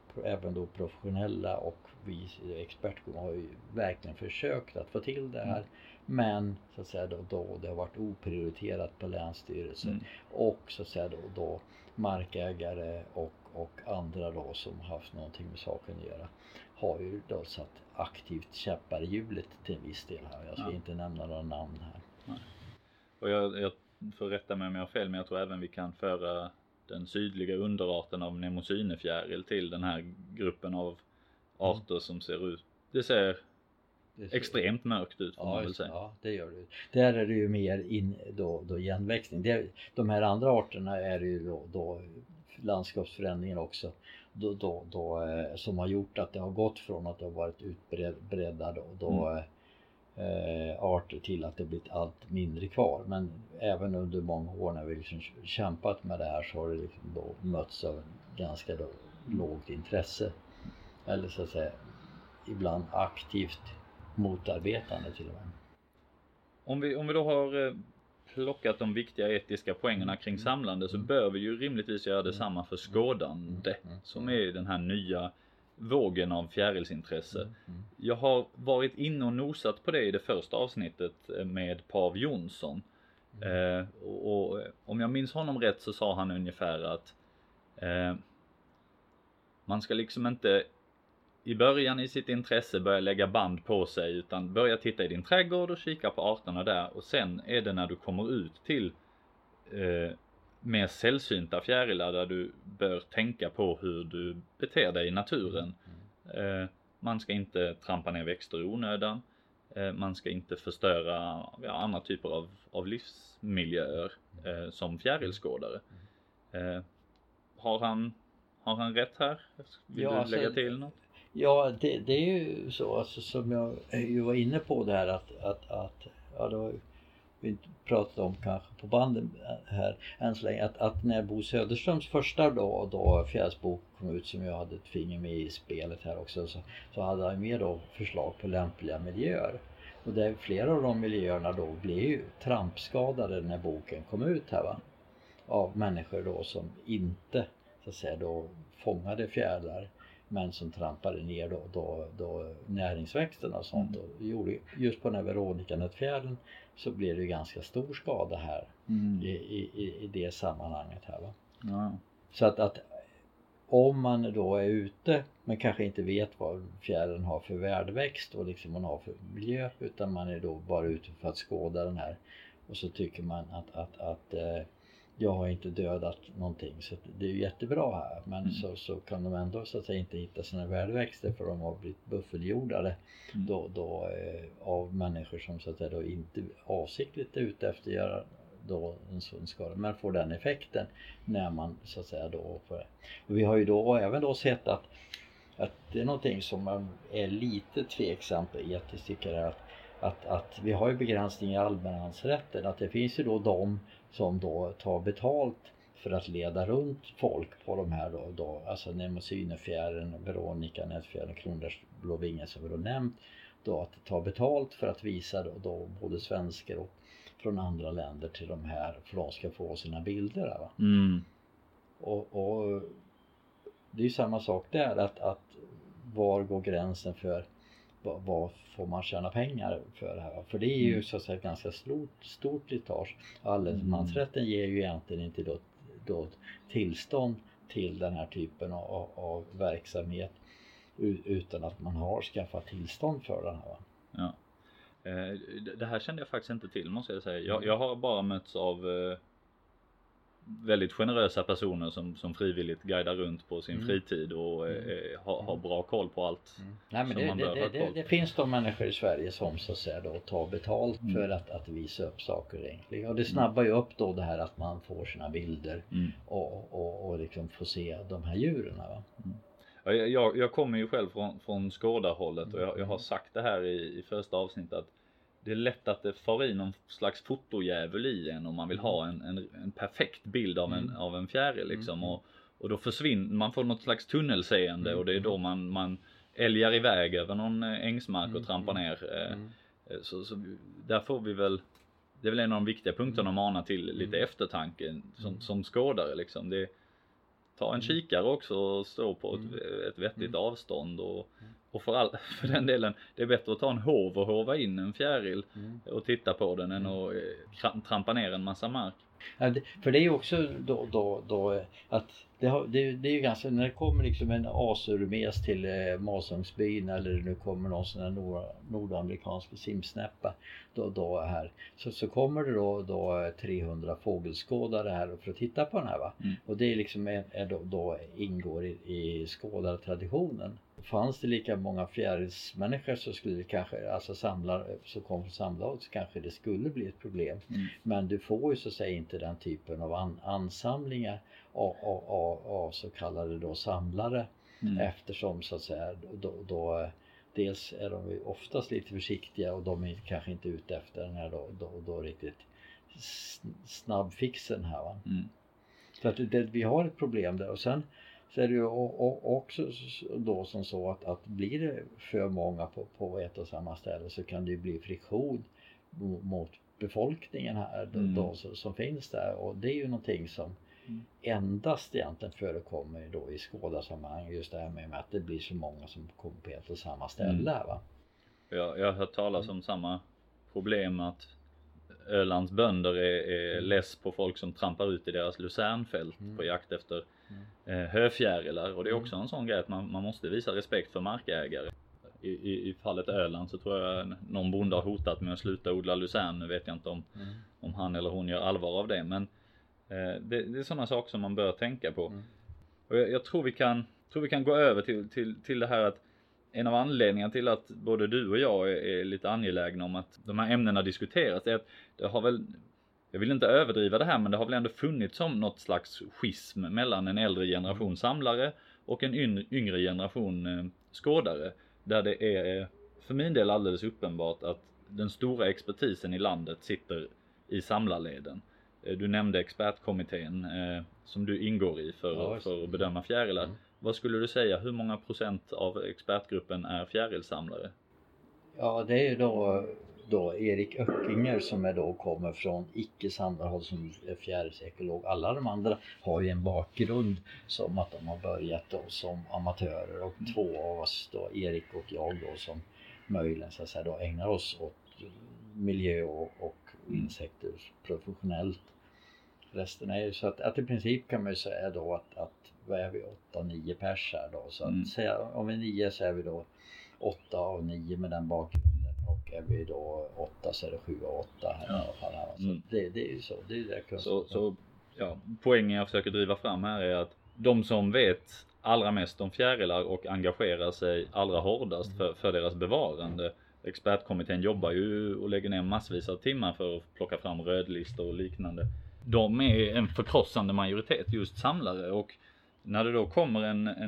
Speaker 2: även då professionella och vi expertkåren har ju verkligen försökt att få till det här. Men så att säga då det har varit oprioriterat på länsstyrelsen och så att säga då markägare och andra då som haft någonting med saken att göra har ju då satt aktivt käppar i hjulet till en viss del här. Jag ska inte nämna några namn här.
Speaker 1: Nej. Och jag får rätta mig om jag har fel, men jag tror även vi kan föra den sydliga underarten av mnemosynefjäril till den här gruppen av arter som ser ut. Det ser extremt mörkt ut får man väl säga.
Speaker 2: Ja, det gör det. Där är det ju mer då igenväxning. De här andra arterna är ju då landskapsförändringen också. Då, som har gjort att det har gått från att det har varit utbredda då arter till att det blivit allt mindre kvar. Men även under många år när vi liksom kämpat med det här så har det liksom då mötts av ganska då lågt intresse. Eller så att säga ibland aktivt motarbetande till och med.
Speaker 1: Om vi då har plockat de viktiga etiska poängerna kring samlande så bör vi ju rimligtvis göra detsamma för skådande som är den här nya vågen av fjärilsintresse. Jag har varit inne och nosat på det i det första avsnittet med Pav Jonsson. Och om jag minns honom rätt så sa han ungefär att man ska liksom inte i början i sitt intresse börja lägga band på sig utan börja titta i din trädgård och kika på arterna där och sen är det när du kommer ut till mer sällsynta fjärilar där du bör tänka på hur du beter dig i naturen. Man ska inte trampa ner växter i onödan. Man ska inte förstöra andra typer av livsmiljöer som fjärilskådare. Har han rätt här? Vill du lägga till något?
Speaker 2: Ja, det är ju så alltså, som jag ju var inne på det här att det har vi inte pratat om kanske på banden här än så länge att när Bo Söderströms första då fjärilsbok kom ut som jag hade ett finger med i spelet här också så hade han med då förslag på lämpliga miljöer och det flera av de miljöerna då blev ju trampskadade när boken kom ut här va av människor då som inte så att säga då fångade fjärilar men som trampade ner då näringsväxterna och sånt och gjorde just på den här Veronica-nötfjärilen så blev det ju ganska stor skada här i det sammanhanget här va.
Speaker 1: Ja.
Speaker 2: Så att om man då är ute men kanske inte vet vad fjärilen har för värdväxt och liksom man har för miljö utan man är då bara ute för att skåda den här och så tycker man att jag har inte dödat någonting så det är ju jättebra här men så kan de ändå så att säga inte hitta sina värdväxter för de har blivit buffeljordade då av människor som så att säga då inte avsiktligt är ute efter att göra då en sån skada men får den effekten när man så att säga då får det. Och vi har ju då även då sett att det är någonting som man är lite tveksamt i att jag tycker att vi har ju begränsning i allmänhetsrätten att det finns ju då de som då tar betalt för att leda runt folk på de här då alltså mnemosynefjärilen, Veronica, nätfjärilen, kronärtsblåvingen som vi då nämnt då att ta betalt för att visa då både svenskar och från andra länder till de här för de ska få sina bilder där, va? Och det är ju samma sak där att var går gränsen för vad får man tjäna pengar för det här? För det är ju så att säga ganska stort litage. Allemansrätten ger ju egentligen inte då tillstånd till den här typen av verksamhet utan att man har skaffat tillstånd för den här. Va?
Speaker 1: Ja. Det här kände jag faktiskt inte till måste jag säga. Jag har bara mötts av väldigt generösa personer som frivilligt guidar runt på sin fritid och har bra koll på allt.
Speaker 2: Nej, men det finns de människor i Sverige som så att säga då tar betalt för att visa upp saker egentligen. Och det snabbar ju upp då det här att man får sina bilder och liksom får se de här djuren. Va?
Speaker 1: Jag kommer ju själv från skådarhållet och jag har sagt det här i första avsnittet att det är lätt att det far in någon slags fotojävel i en om man vill ha en perfekt bild av en fjäril liksom och då försvinner man får något slags tunnelseende och det är då man älgar iväg över någon ängsmark och trampar ner så där får vi väl det är väl en av de viktiga punkterna att mana till lite eftertanke som skådare liksom det ta en kikare också och stå på ett vettigt avstånd och för den delen, det är bättre att ta en hov och hova in en fjäril och titta på den än att trampa ner en massa mark.
Speaker 2: Ja, för det är ju också då att det är ju ganska, när det kommer liksom en asurmes till Masungsbyn eller nu kommer någon sån här nordamerikansk simsnäppa då här så kommer det då 300 fågelskådare här för att titta på den här va. Och det är liksom då ingår i skådartraditionen. Fanns det lika många fjärilsmänniskor så skulle det kanske, alltså så kom från samlag så kanske det skulle bli ett problem. Men du får ju så att säga inte den typen av ansamlingar av så kallade då samlare eftersom så att säga då dels är de ju oftast lite försiktiga och de är kanske inte ute efter den här då riktigt snabbfixen här va. Så att vi har ett problem där och sen så är det ju också då som så att blir det för många på ett och samma ställe så kan det ju bli friktion mot befolkningen här då som finns där och det är ju någonting som endast egentligen förekommer då i skådarsammanhang just det här med att det blir så många som kommer på ett och samma ställe här va.
Speaker 1: Jag har hört talas om samma problem att Ölands bönder är less på folk som trampar ut i deras lucernfält på jakt efter höfjärilar och det är också en sån grej att man måste visa respekt för markägare. I fallet Öland så tror jag någon bonde har hotat med att sluta odla lucern. Nu vet jag inte om han eller hon gör allvar av det men det är sådana saker som man bör tänka på. Och jag tror vi kan gå över till det här att en av anledningarna till att både du och jag är lite angelägna om att de här ämnena diskuteras är att det har väl, jag vill inte överdriva det här men det har väl ändå funnits som något slags schism mellan en äldre generation samlare och en yngre generation skådare. Där det är för min del alldeles uppenbart att den stora expertisen i landet sitter i samlarleden. Du nämnde expertkommittén som du ingår i för att bedöma fjärilar. Vad skulle du säga, hur många procent av expertgruppen är fjärilsamlare?
Speaker 2: Ja, det är ju då Erik Öckinger som kommer från icke-samlarhåll som fjärilsekolog. Alla de andra har ju en bakgrund som att de har börjat då som amatörer och två av oss då, Erik och jag då som möjligen så att säga då ägnar oss åt miljö och insekter professionellt. Resten är ju så att i princip kan man ju säga då att vad är vi 8-9 pers här då så att säga, om vi är 9 så är vi då 8 av 9 med den bakgrunden och är vi då 8 så är det 7 av 8 här i alla fall här. Så det är ju så, det är det
Speaker 1: så ja, poängen jag försöker driva fram här är att de som vet allra mest om fjärilar och engagerar sig allra hårdast för deras bevarande. Expertkommittén jobbar ju och lägger ner massvis av timmar för att plocka fram rödlistor och liknande. De är en förkrossande majoritet just samlare och när det då kommer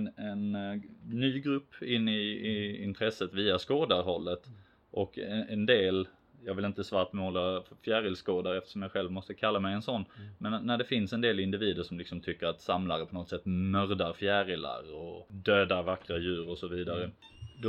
Speaker 1: en ny grupp in i intresset via skådarhållet och en del, jag vill inte svartmåla fjärilskådare eftersom jag själv måste kalla mig en sån, men när det finns en del individer som liksom tycker att samlare på något sätt mördar fjärilar och dödar vackra djur och så vidare, då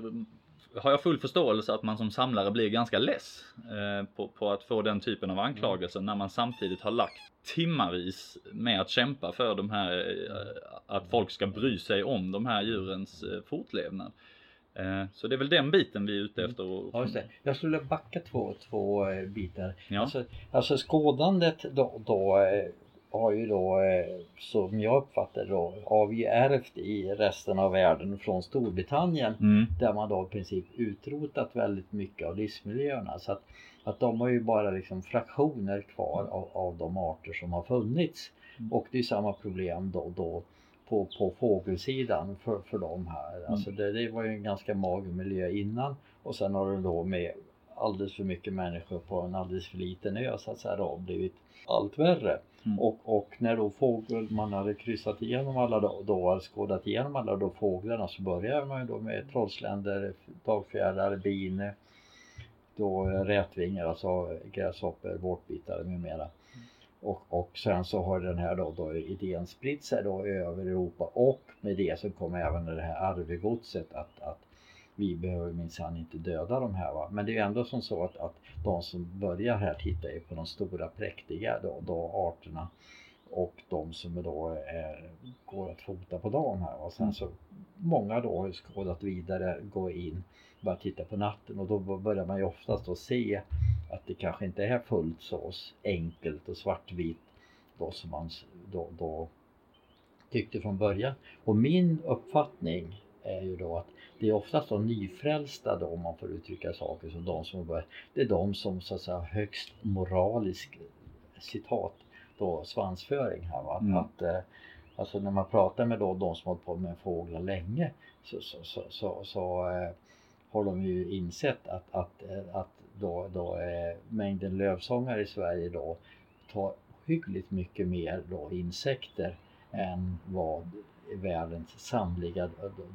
Speaker 1: har jag full förståelse att man som samlare blir ganska less på att få den typen av anklagelser när man samtidigt har lagt timmavis med att kämpa för de här, att folk ska bry sig om de här djurens fortlevnad. Så det är väl den biten vi är ute efter.
Speaker 2: Ja, just det. Jag skulle backa två bitar.
Speaker 1: Ja.
Speaker 2: Alltså skådandet då har ju då, som jag uppfattar då, har vi ärvt i resten av världen från Storbritannien där man då i princip utrotat väldigt mycket av livsmiljöerna så att de har ju bara liksom fraktioner kvar av de arter som har funnits och det är samma problem då på fågelsidan för de här. Alltså det var ju en ganska mager miljö innan och sen har det då med alldeles för mycket människor på en alldeles för liten ö så att säga då blivit allt värre. Och när då man hade kryssat igenom alla då skådat igenom alla då fåglarna så börjar man ju då med trollsländer, dagfjärilar, bin, då rätvingar, alltså gräshoppor, vårtbitare med mera. Och sen så har den här då idén spritt sig då över Europa och med det så kommer även det här arvegodset att vi behöver minsann inte döda de här va. Men det är ju ändå som så att de som börjar här tittar ju på de stora präktiga då arterna
Speaker 3: och de som då går att fota på dagen här. Och sen så många då har skådat vidare, gå in, bara titta på natten, och då börjar man ju oftast då se att det kanske inte är fullt så enkelt och svartvitt då som man då tyckte från början. Och min uppfattning är ju då att det är oftast de nyfrälsta då, om man får uttrycka saker som de som börjar, det är de som så att säga högst moralisk citat då svansföring här va? Att alltså när man pratar med då de som hållit på med fåglar länge så har de ju insett att då mängden lövsångare i Sverige då tar hyggligt mycket mer då insekter än vad världens samtliga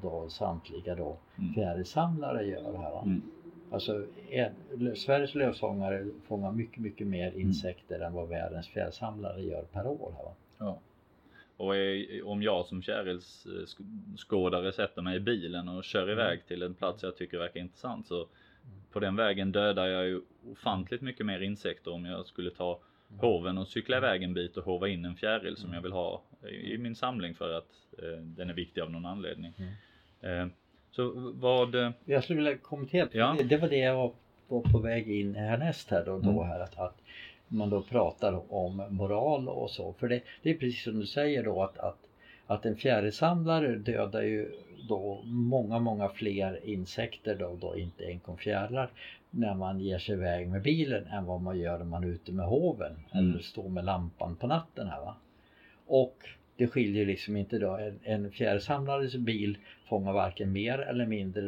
Speaker 3: då fjärilsamlare gör här va? Alltså Sveriges lövsångare fångar mycket mer insekter än vad världens fjärilsamlare gör per år här va?
Speaker 1: Ja. Och om jag som fjärilsskådare sätter mig i bilen och kör iväg till en plats jag tycker verkar intressant, så på den vägen dödar jag ju ofantligt mycket mer insekter om jag skulle ta hoven och cykla iväg en bit och hova in en fjäril som jag vill ha i min samling för att den är viktig av någon anledning. Så vad...
Speaker 3: Jag skulle vilja kommentera, det var det jag var på väg in härnäst här då här att man då pratar om moral och så. För det är precis som du säger då att en fjärilsamlare dödar ju då många fler insekter då inte enkomfjärilar när man ger sig iväg med bilen än vad man gör när man är ute med hoven eller står med lampan på natten här va. Och det skiljer liksom inte då, en fjärilsamlares bil fångar varken mer eller mindre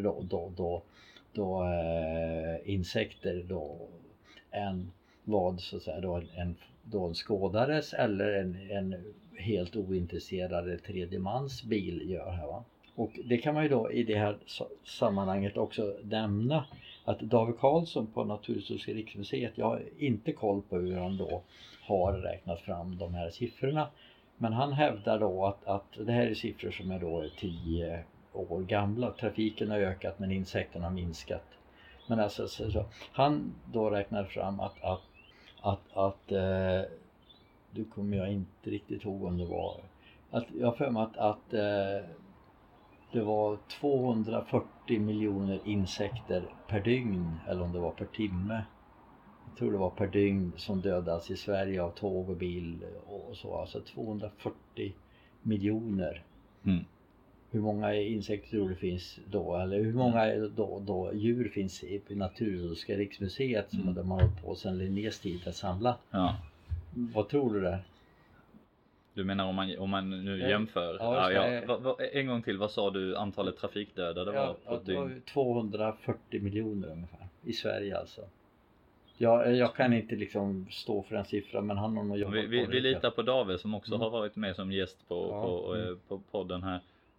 Speaker 3: då insekter då än vad så att säga då en skådares eller en helt ointresserad tredjemans bil gör här va. Och det kan man ju då i det här sammanhanget också nämna att David Karlsson på Naturhistoriska riksmuseet, jag har inte koll på hur han då har räknat fram de här siffrorna, men han hävdar då att det här är siffror som är då 10 år gamla. Trafiken har ökat men insekterna har minskat. Men alltså så, han då räknar fram att du kommer jag inte riktigt ihåg om det var att jag har för mig att det var 240 miljoner insekter per dygn, eller om det var per timme. Jag tror det var per dygn som dödas i Sverige av tåg och bil och så. Alltså 240 miljoner. Hur många insekter tror du finns då? Eller hur många då djur finns i Naturhistoriska riksmuseet som de har hållit på sedan Linnés tid att samla? Ja. Vad tror du där?
Speaker 1: Du menar om man nu jämför? En gång till, vad sa du antalet trafikdödade var på ett dygn?
Speaker 3: Det var 240 miljoner ungefär i Sverige alltså. Jag kan inte liksom stå för en siffra, men han har nog jobbat på det.
Speaker 1: Vi litar på David som också har varit med som gäst på podden här.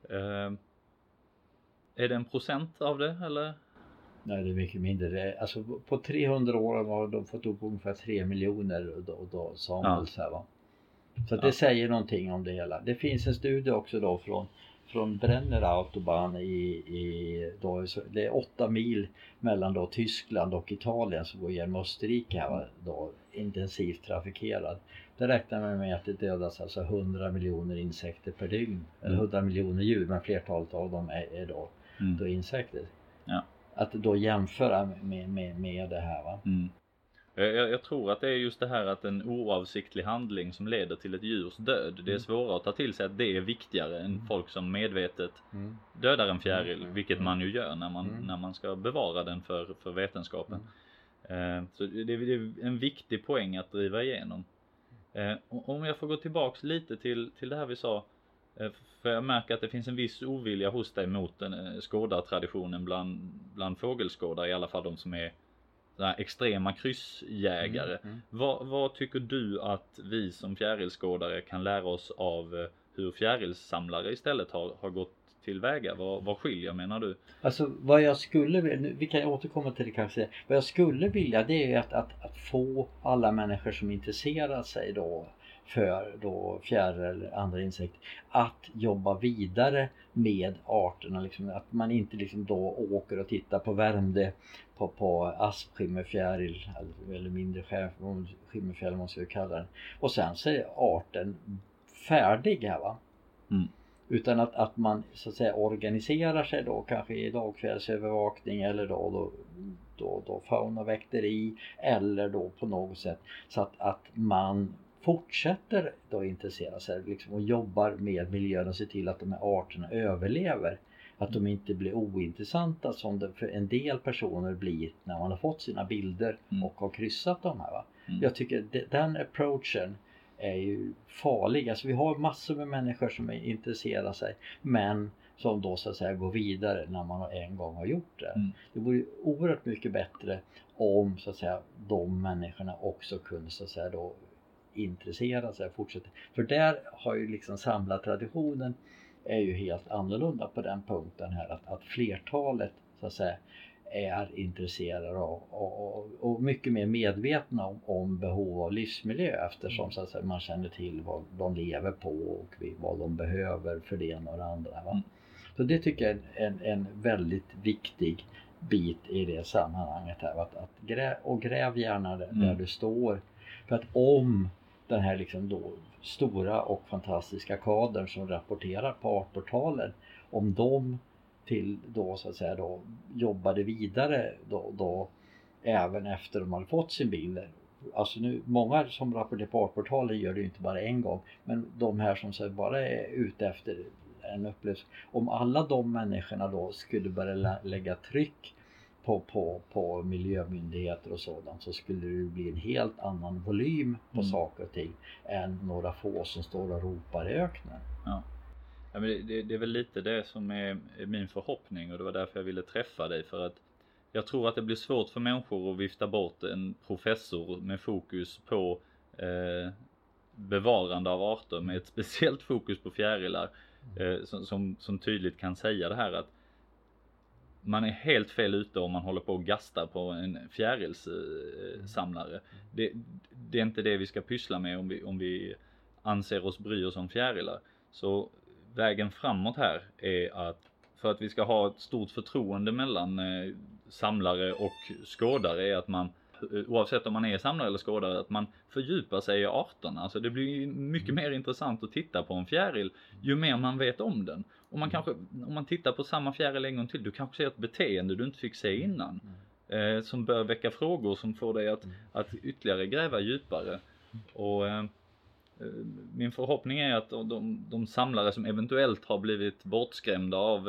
Speaker 1: Är det 1% av det eller?
Speaker 3: Nej, det är mycket mindre. Alltså på 300 år har de fått upp ungefär 3 miljoner då Samuels här va. Så det säger någonting om det hela. Det finns en studie också då från Brenner Autobahn då, det är 8 mil mellan då Tyskland och Italien som går genom Österrike här då, intensivt trafikerad. Där räknar man med att det dödas alltså 100 miljoner insekter per dygn. Eller 100 miljoner djur, men flertalet av dem är då insekter. Ja. Att då jämföra med det här va.
Speaker 1: Jag tror att det är just det här att en oavsiktlig handling som leder till ett djurs död. Det är svårare att ta till sig att det är viktigare än folk som medvetet dödar en fjäril. Vilket man ju gör när man ska bevara den för vetenskapen. Så det är en viktig poäng att driva igenom. Om jag får gå tillbaks lite till det här vi sa. För jag märker att det finns en viss ovilja hos dig mot den skådartraditionen bland fågelskådare. I alla fall de som är extrema kryssjägare. Vad tycker du att vi som fjärilsskådare kan lära oss av hur fjärilssamlare istället har gått tillväga? Vad skiljer menar du?
Speaker 3: Alltså vad jag skulle vilja, vi kan återkomma till det kanske. Vad jag skulle vilja det är att få alla människor som intresserar sig då för då fjärilar eller andra insekter att jobba vidare med arterna. Liksom, att man inte liksom då åker och tittar på Värmdö på askskimmerfjäril eller mindre skimmerfjäril måste vi kalla den. Och sen så är arten färdig här va.
Speaker 1: Mm.
Speaker 3: Utan att man så att säga organiserar sig då kanske i dagkvällsövervakning eller då faunaväkteri eller då på något sätt så att man fortsätter då intressera sig liksom, och jobbar med miljön och ser till att de här arterna överlever. Att de inte blir ointressanta som det för en del personer blir när man har fått sina bilder och har kryssat dem här va. Jag tycker den approachen är ju farlig. Alltså vi har massor med människor som intresserar sig men som då så att säga går vidare när man en gång har gjort det. Det vore ju oerhört mycket bättre om så att säga de människorna också kunde så att säga då intressera sig och fortsätta. För där har ju liksom samlartraditionen är ju helt annorlunda på den punkten här att flertalet så att säga är intresserade och mycket mer medvetna om behov av livsmiljö eftersom så att säga, man känner till vad de lever på och vad de behöver för det ena och det andra. Va? Så det tycker jag är en väldigt viktig bit i det sammanhanget här. Att gräv gärna där du står. För att om den här liksom då stora och fantastiska kadern som rapporterar på artportalen, om de till då så att säga då jobbade vidare då även efter de hade fått sin bild. Alltså nu, många som rapporterar på artportalen gör det ju inte bara en gång, men de här som så bara är ute efter en upplevelse. Om alla de människorna då skulle börja lägga tryck på miljömyndigheter och sådant så skulle det bli en helt annan volym på saker och ting än några få som står och ropar i öknen.
Speaker 1: Ja. Ja, men det är väl lite det som är min förhoppning och det var därför jag ville träffa dig för att jag tror att det blir svårt för människor att vifta bort en professor med fokus på bevarande av arter med ett speciellt fokus på fjärilar som tydligt kan säga det här att man är helt fel ute om man håller på att gasta på en fjärilssamlare. Det är inte det vi ska pyssla med om vi anser oss bry oss om fjärilar. Så vägen framåt här är att för att vi ska ha ett stort förtroende mellan samlare och skådare är att man, oavsett om man är samlare eller skådare, att man fördjupar sig i arterna. Alltså det blir mycket mer intressant att titta på en fjäril ju mer man vet om den. Och man kanske, om man tittar på samma fjäril en gång till, du kanske ser ett beteende du inte fick se innan. Som bör väcka frågor som får dig att ytterligare gräva djupare. Och min förhoppning är att de samlare som eventuellt har blivit bortskrämda av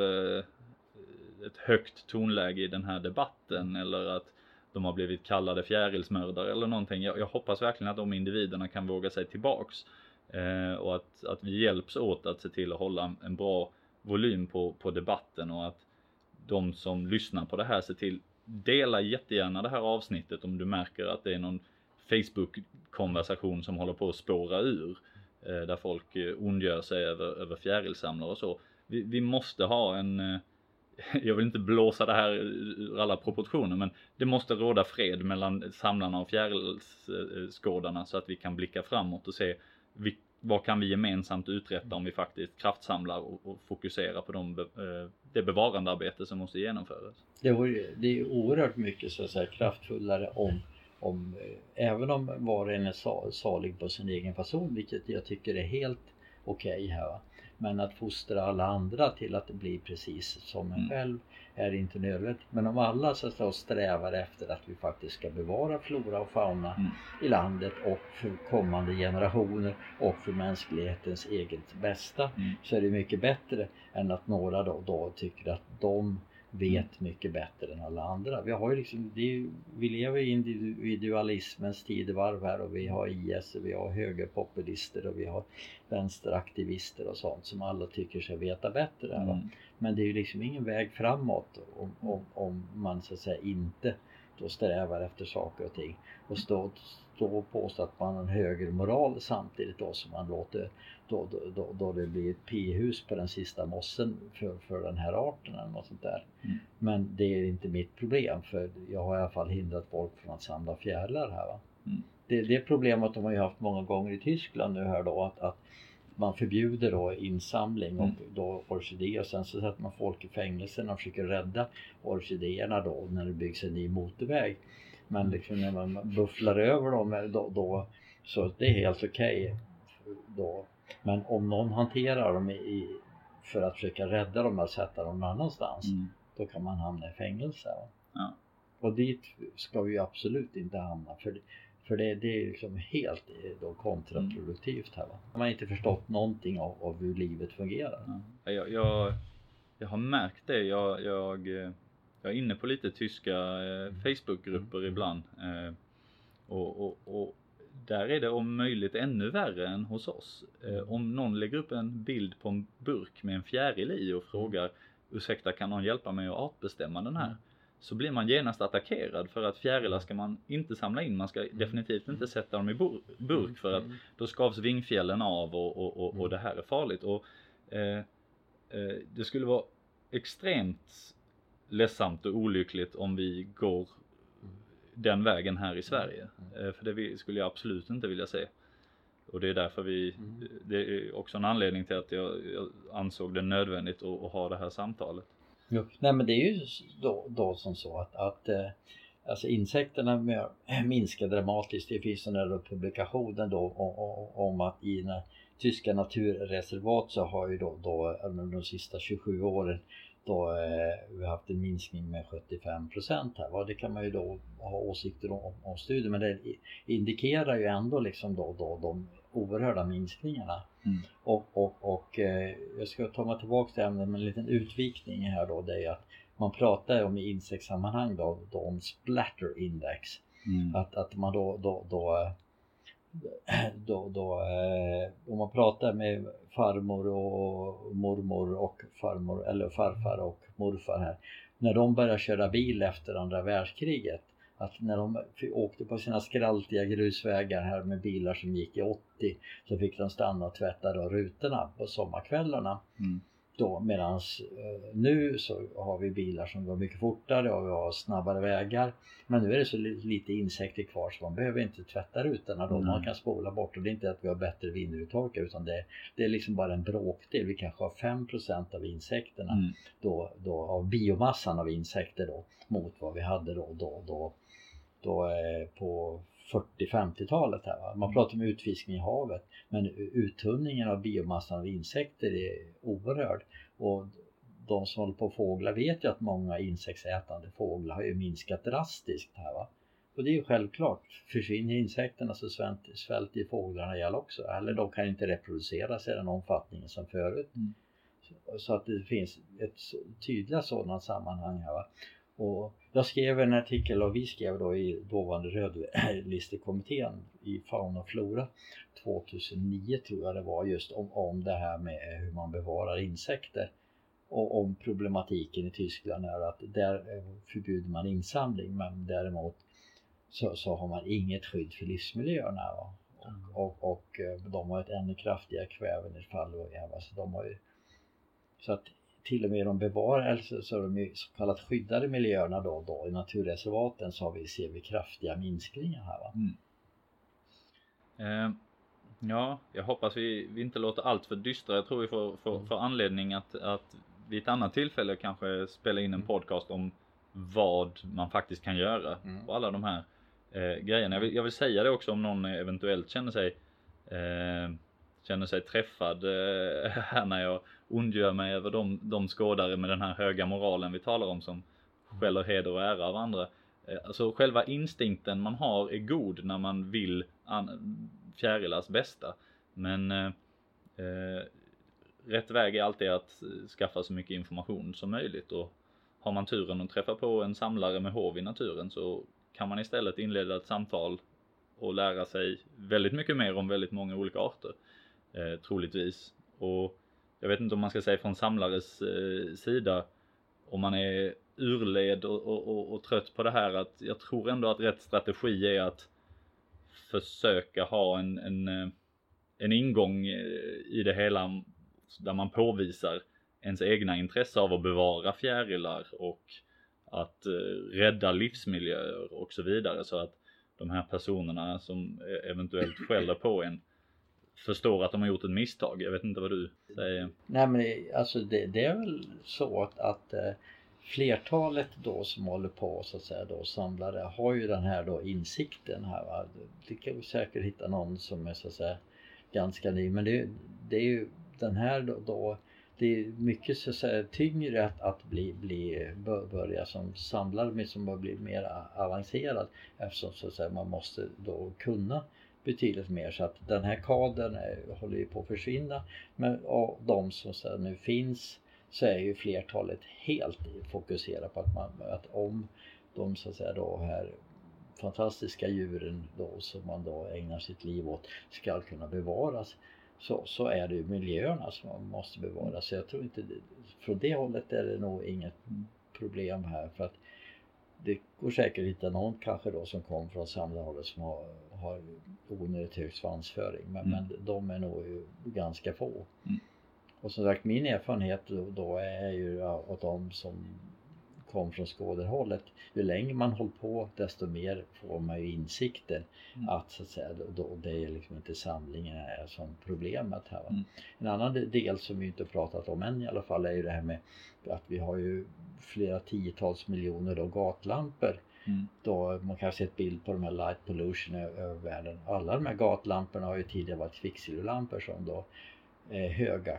Speaker 1: ett högt tonläge i den här debatten eller att de har blivit kallade fjärilsmördare eller någonting. Jag hoppas verkligen att de individerna kan våga sig tillbaks och att vi hjälps åt att se till att hålla en bra volym på debatten och att de som lyssnar på det här ser till, dela jättegärna det här avsnittet om du märker att det är någon Facebook-konversation som håller på att spåra ur där folk ondgör sig över fjärilsamlare och så. Vi måste ha jag vill inte blåsa det här ur alla proportioner, men det måste råda fred mellan samlarna och fjärilsskådarna så att vi kan blicka framåt och se vad kan vi gemensamt uträtta om vi faktiskt kraftsamlar och fokuserar på det bevarandearbete som måste genomföras.
Speaker 3: Det är oerhört mycket så att säga kraftfullare om även om var och en är salig på sin egen fason, vilket jag tycker är helt okej här va? Men att fostra alla andra till att det blir precis som en själv är inte nödvändigt. Men om alla så att strävar efter att vi faktiskt ska bevara flora och fauna i landet och för kommande generationer och för mänsklighetens eget bästa så är det mycket bättre än att några då tycker att de vet mycket bättre än alla andra. Vi har ju liksom, vi lever i individualismens tidevarv här och vi har IS och vi har högerpopulister och vi har vänsteraktivister och sånt som alla tycker sig veta bättre. Va? Men det är ju liksom ingen väg framåt om man så att säga inte då strävar efter saker och ting och stå och påstå att man har en högre moral samtidigt då som man låter då det blir ett p-hus på den sista mossen för den här arten eller något sånt där. Men det är inte mitt problem för jag har i alla fall hindrat folk från att samla fjärilar här va. Det problemet de har ju haft många gånger i Tyskland nu här då, att man förbjuder då insamling och då orkidéer, och sen så sätter man folk i fängelserna och försöker rädda orkidéerna då när det byggs en ny motorväg. Men liksom när man bufflar över dem då så det är helt okej då. Men om någon hanterar dem för att försöka rädda dem och sätta dem någon annanstans, då kan man hamna i fängelse.
Speaker 1: Ja.
Speaker 3: Och dit ska vi ju absolut inte hamna, för det är liksom helt då kontraproduktivt här, va? Man har inte förstått någonting av hur livet fungerar.
Speaker 1: Ja. Jag har märkt det. Jag är inne på lite tyska Facebookgrupper ibland. Och där är det om möjligt ännu värre än hos oss. Om någon lägger upp en bild på en burk med en fjäril i och frågar, ursäkta, kan någon hjälpa mig att artbestämma den här? Så blir man genast attackerad, för att fjärilar ska man inte samla in. Man ska definitivt inte sätta dem i burk, för att då skavs vingfjällen av och det här är farligt. Och det skulle vara extremt ledsamt och olyckligt om vi går den vägen här i Sverige. För det skulle jag absolut inte vilja se. Och det är därför det är också en anledning till att jag ansåg det nödvändigt att ha det här samtalet.
Speaker 3: Jo. Nej, men det är ju då som så att alltså insekterna minskar dramatiskt. Det finns sådana publikationer då om att i tyska naturreservat så har ju då de sista 27 åren då vi har haft en minskning med 75% här. Det kan man ju då ha åsikter om studier, men det indikerar ju ändå liksom då de oerhörda minskningarna. Och jag ska ta mig tillbaka till ämnet med en liten utvikning här då. Det är att man pratar om i insektssammanhang då om splatter index. Att man då om man pratar med farmor och mormor och farmor eller farfar och morfar här, när de började köra bil efter andra världskriget, att när de åkte på sina skraltiga grusvägar här med bilar som gick i 80, så fick de stanna och tvätta då rutorna på sommarkvällarna. Då, medans nu så har vi bilar som går mycket fortare och vi har snabbare vägar, men nu är det så lite insekter kvar så man behöver inte tvätta rutorna då. Man kan spola bort, och det är inte att vi har bättre vinduttorkar, utan det är liksom bara en bråkdel. Vi kanske har 5% av insekterna då av biomassan av insekter då, mot vad vi hade då på 40-50-talet här, va? Man pratar om utfiskning i havet, men uttunningen av biomassan av insekter är oerhörd, och de som håller på fåglar vet ju att många insektsätande fåglar har ju minskat drastiskt här, va? Och det är ju självklart, försvinner insekterna så svälter fåglarna ihjäl också, eller de kan inte reproducera sig i den omfattningen som förut. Så att det finns ett tydliga sådant sammanhang här, va? Och jag skrev en artikel, och vi skrev då i dåvarande rödlistekommittén i Fauna och Flora 2009 tror jag det var, just om det här med hur man bevarar insekter, och om problematiken i Tyskland är att där förbjuder man insamling, men däremot så har man inget skydd för livsmiljöerna, va? Och de har ett ännu kraftigare kvävenedfall, så de har ju, så att till och med de bevarar, eller så är de ju så kallat skyddade miljöerna då i naturreservaten, så ser vi kraftiga minskningar här, va?
Speaker 1: Ja, jag hoppas vi inte låter allt för dystra. Jag tror vi får anledning att vid ett annat tillfälle kanske spela in en podcast om vad man faktiskt kan göra på alla de här grejerna. Jag vill säga det också, om någon eventuellt känner sig träffad här när jag ondgör mig över de skådare med den här höga moralen vi talar om, som skäller heder och ära av andra. Alltså själva instinkten man har är god när man vill fjärilars bästa, men rätt väg är alltid att skaffa så mycket information som möjligt, och har man turen att träffa på en samlare med hov i naturen, så kan man istället inleda ett samtal och lära sig väldigt mycket mer om väldigt många olika arter, troligtvis. Och jag vet inte om man ska säga från samlares sida, om man är urled och trött på det här, att jag tror ändå att rätt strategi är att försöka ha en ingång i det hela där man påvisar ens egna intresse av att bevara fjärilar och att rädda livsmiljöer och så vidare, så att de här personerna som eventuellt skäller på en förstår att de har gjort ett misstag. Jag vet inte vad du säger.
Speaker 3: Nej, men alltså det är väl så att flertalet då som håller på så att säga då samlare har ju den här då insikten här, va? Det kan vi säkert hitta någon som är så att säga ganska ny, men det är ju den här då det är mycket så att säga tyngre att börja som samlare, men som bör bli mer avancerad, eftersom så att säga man måste då kunna betydligt mer, så att den här kadern håller ju på att försvinna, men av de som så här nu finns så är ju flertalet helt fokuserade på att om de så att säga då här fantastiska djuren då som man då ägnar sitt liv åt ska kunna bevaras, så är det ju miljöerna som man måste bevara. Så jag tror inte från det hållet är det nog inget problem här, för att det går säkert att hitta någon kanske då som kom från samlarhållet som har onödigt hög svansföring, men de är nog ju ganska få. Och som sagt, min erfarenhet då är ju att de som kom från skåderhållet, ju längre man håller på desto mer får man ju insikten att så att säga då det är liksom inte samlingen är som problemet här. En annan del som vi inte pratat om än i alla fall är ju det här med att vi har ju flera tiotals miljoner då gatlampor. Då man kan se ett bild på de här light pollution över världen. Alla de här gatlamporna har ju tidigare varit kvicksilverlampor som då är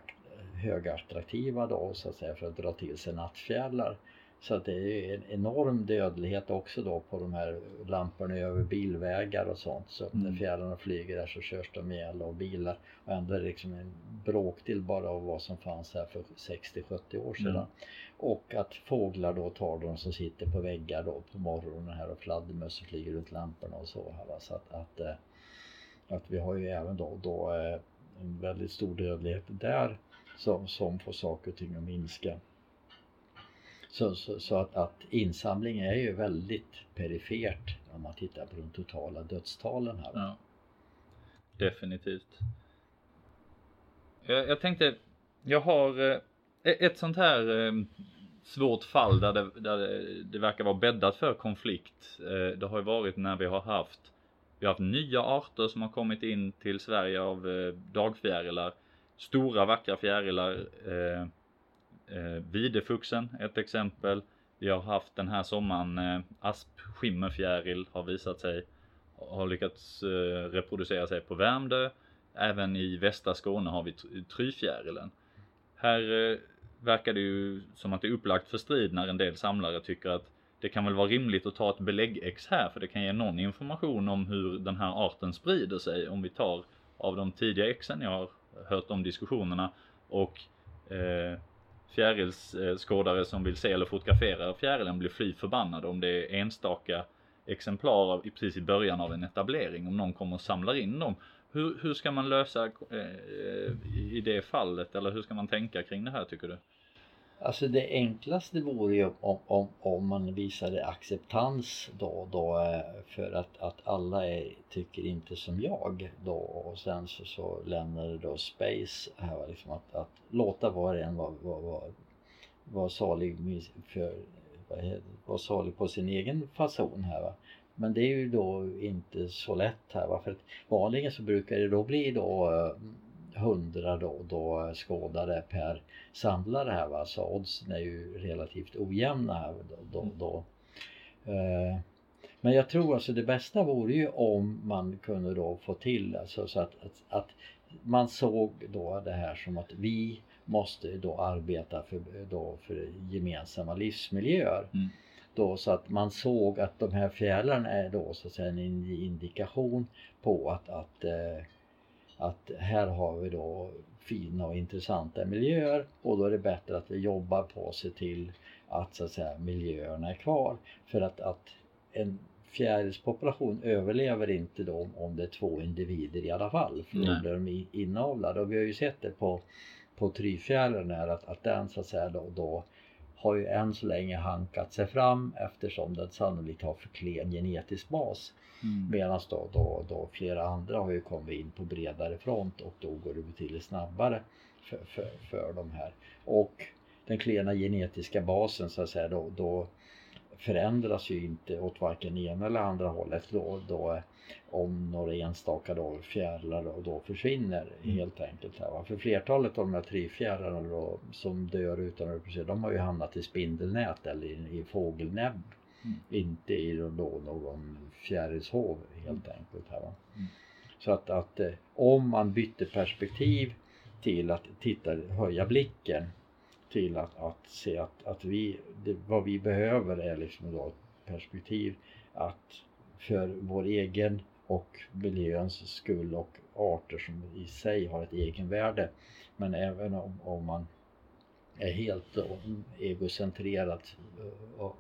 Speaker 3: högattraktiva då så att säga för att dra till sig nattfjärilar. Så att det är en enorm dödlighet också då på de här lamporna över bilvägar och sånt. Så när fjärilarna flyger där så körs de ihjäl av bilar. Och ändå är det liksom en bråkdel bara av vad som fanns här för 60-70 år sedan. Och att fåglar då tar de som sitter på väggar då på morgonen här och fladdermöss flyger runt lamporna och så här. Va? Så att vi har ju även då en väldigt stor dödlighet där som får saker och ting att minska. Så att insamling är ju väldigt perifert om man tittar på de totala dödstalen här.
Speaker 1: Ja, definitivt. Jag tänkte, jag har ett sånt här svårt fall där det verkar vara bäddat för konflikt. Det har ju varit när vi har haft nya arter som har kommit in till Sverige av dagfjärilar. Stora vackra fjärilar. Videfuxen ett exempel. Vi har haft den här sommaren aspskimmerfjäril har visat sig har lyckats reproducera sig på Värmdö. Även i västra Skåne har vi tryfjärilen. Här verkar det ju som att det är upplagt för strid när en del samlare tycker att det kan väl vara rimligt att ta ett beläggex här, för det kan ge någon information om hur den här arten sprider sig. Om vi tar av de tidiga exen, jag har hört om diskussionerna, och fjärilsskådare som vill se eller fotografera fjärilen blir fly förbannade om det är enstaka exemplar precis i början av en etablering, om någon kommer och samlar in dem. Hur ska man lösa i det fallet, eller hur ska man tänka kring det här, tycker du?
Speaker 3: Alltså det enklaste vore ju om man visade acceptans då för att alla tycker inte som jag då, och sen så lämnar det då space här, liksom att låta var en vara salig vara salig på sin egen fason här, va. Men det är ju då inte så lätt här, va? För att vanligen så brukar det då bli då 100 då skådare per samlare här, va. Så oddsen är ju relativt ojämna här då. Men jag tror alltså det bästa vore ju om man kunde då få till alltså så att man såg då det här som att vi måste då arbeta för gemensamma livsmiljöer. Då, så att man såg att de här fjärilarna är då så att säga en indikation på att här har vi då fina och intressanta miljöer, och då är det bättre att vi jobbar på att se till att så att säga miljöerna är kvar, för att en fjärilspopulation överlever inte då om det är 2 individer i alla fall, för då blir de inavlade. Och vi har ju sett det på tryfjärilen här att den så att säga då har ju än så länge hankat sig fram, eftersom den sannolikt har för klen genetisk bas. Medan då flera andra har ju kommit in på bredare front, och då går det betydligt snabbare för de här. Och den klena genetiska basen så att säga då förändras ju inte åt varken ena eller andra hållet då om några enstaka då fjärilar då försvinner helt enkelt här, va? För flertalet av de här trefjärilarna då som dör utan att de har ju hamnat i spindelnät eller i fågelnäbb, inte i då någon fjärilshov helt enkelt här, va? Så att om man bytte perspektiv till att höja blicken till att se att vad vi behöver är liksom då ett perspektiv att för vår egen och miljöns skull och arter som i sig har ett egenvärde, men även om man är helt egocentrerad och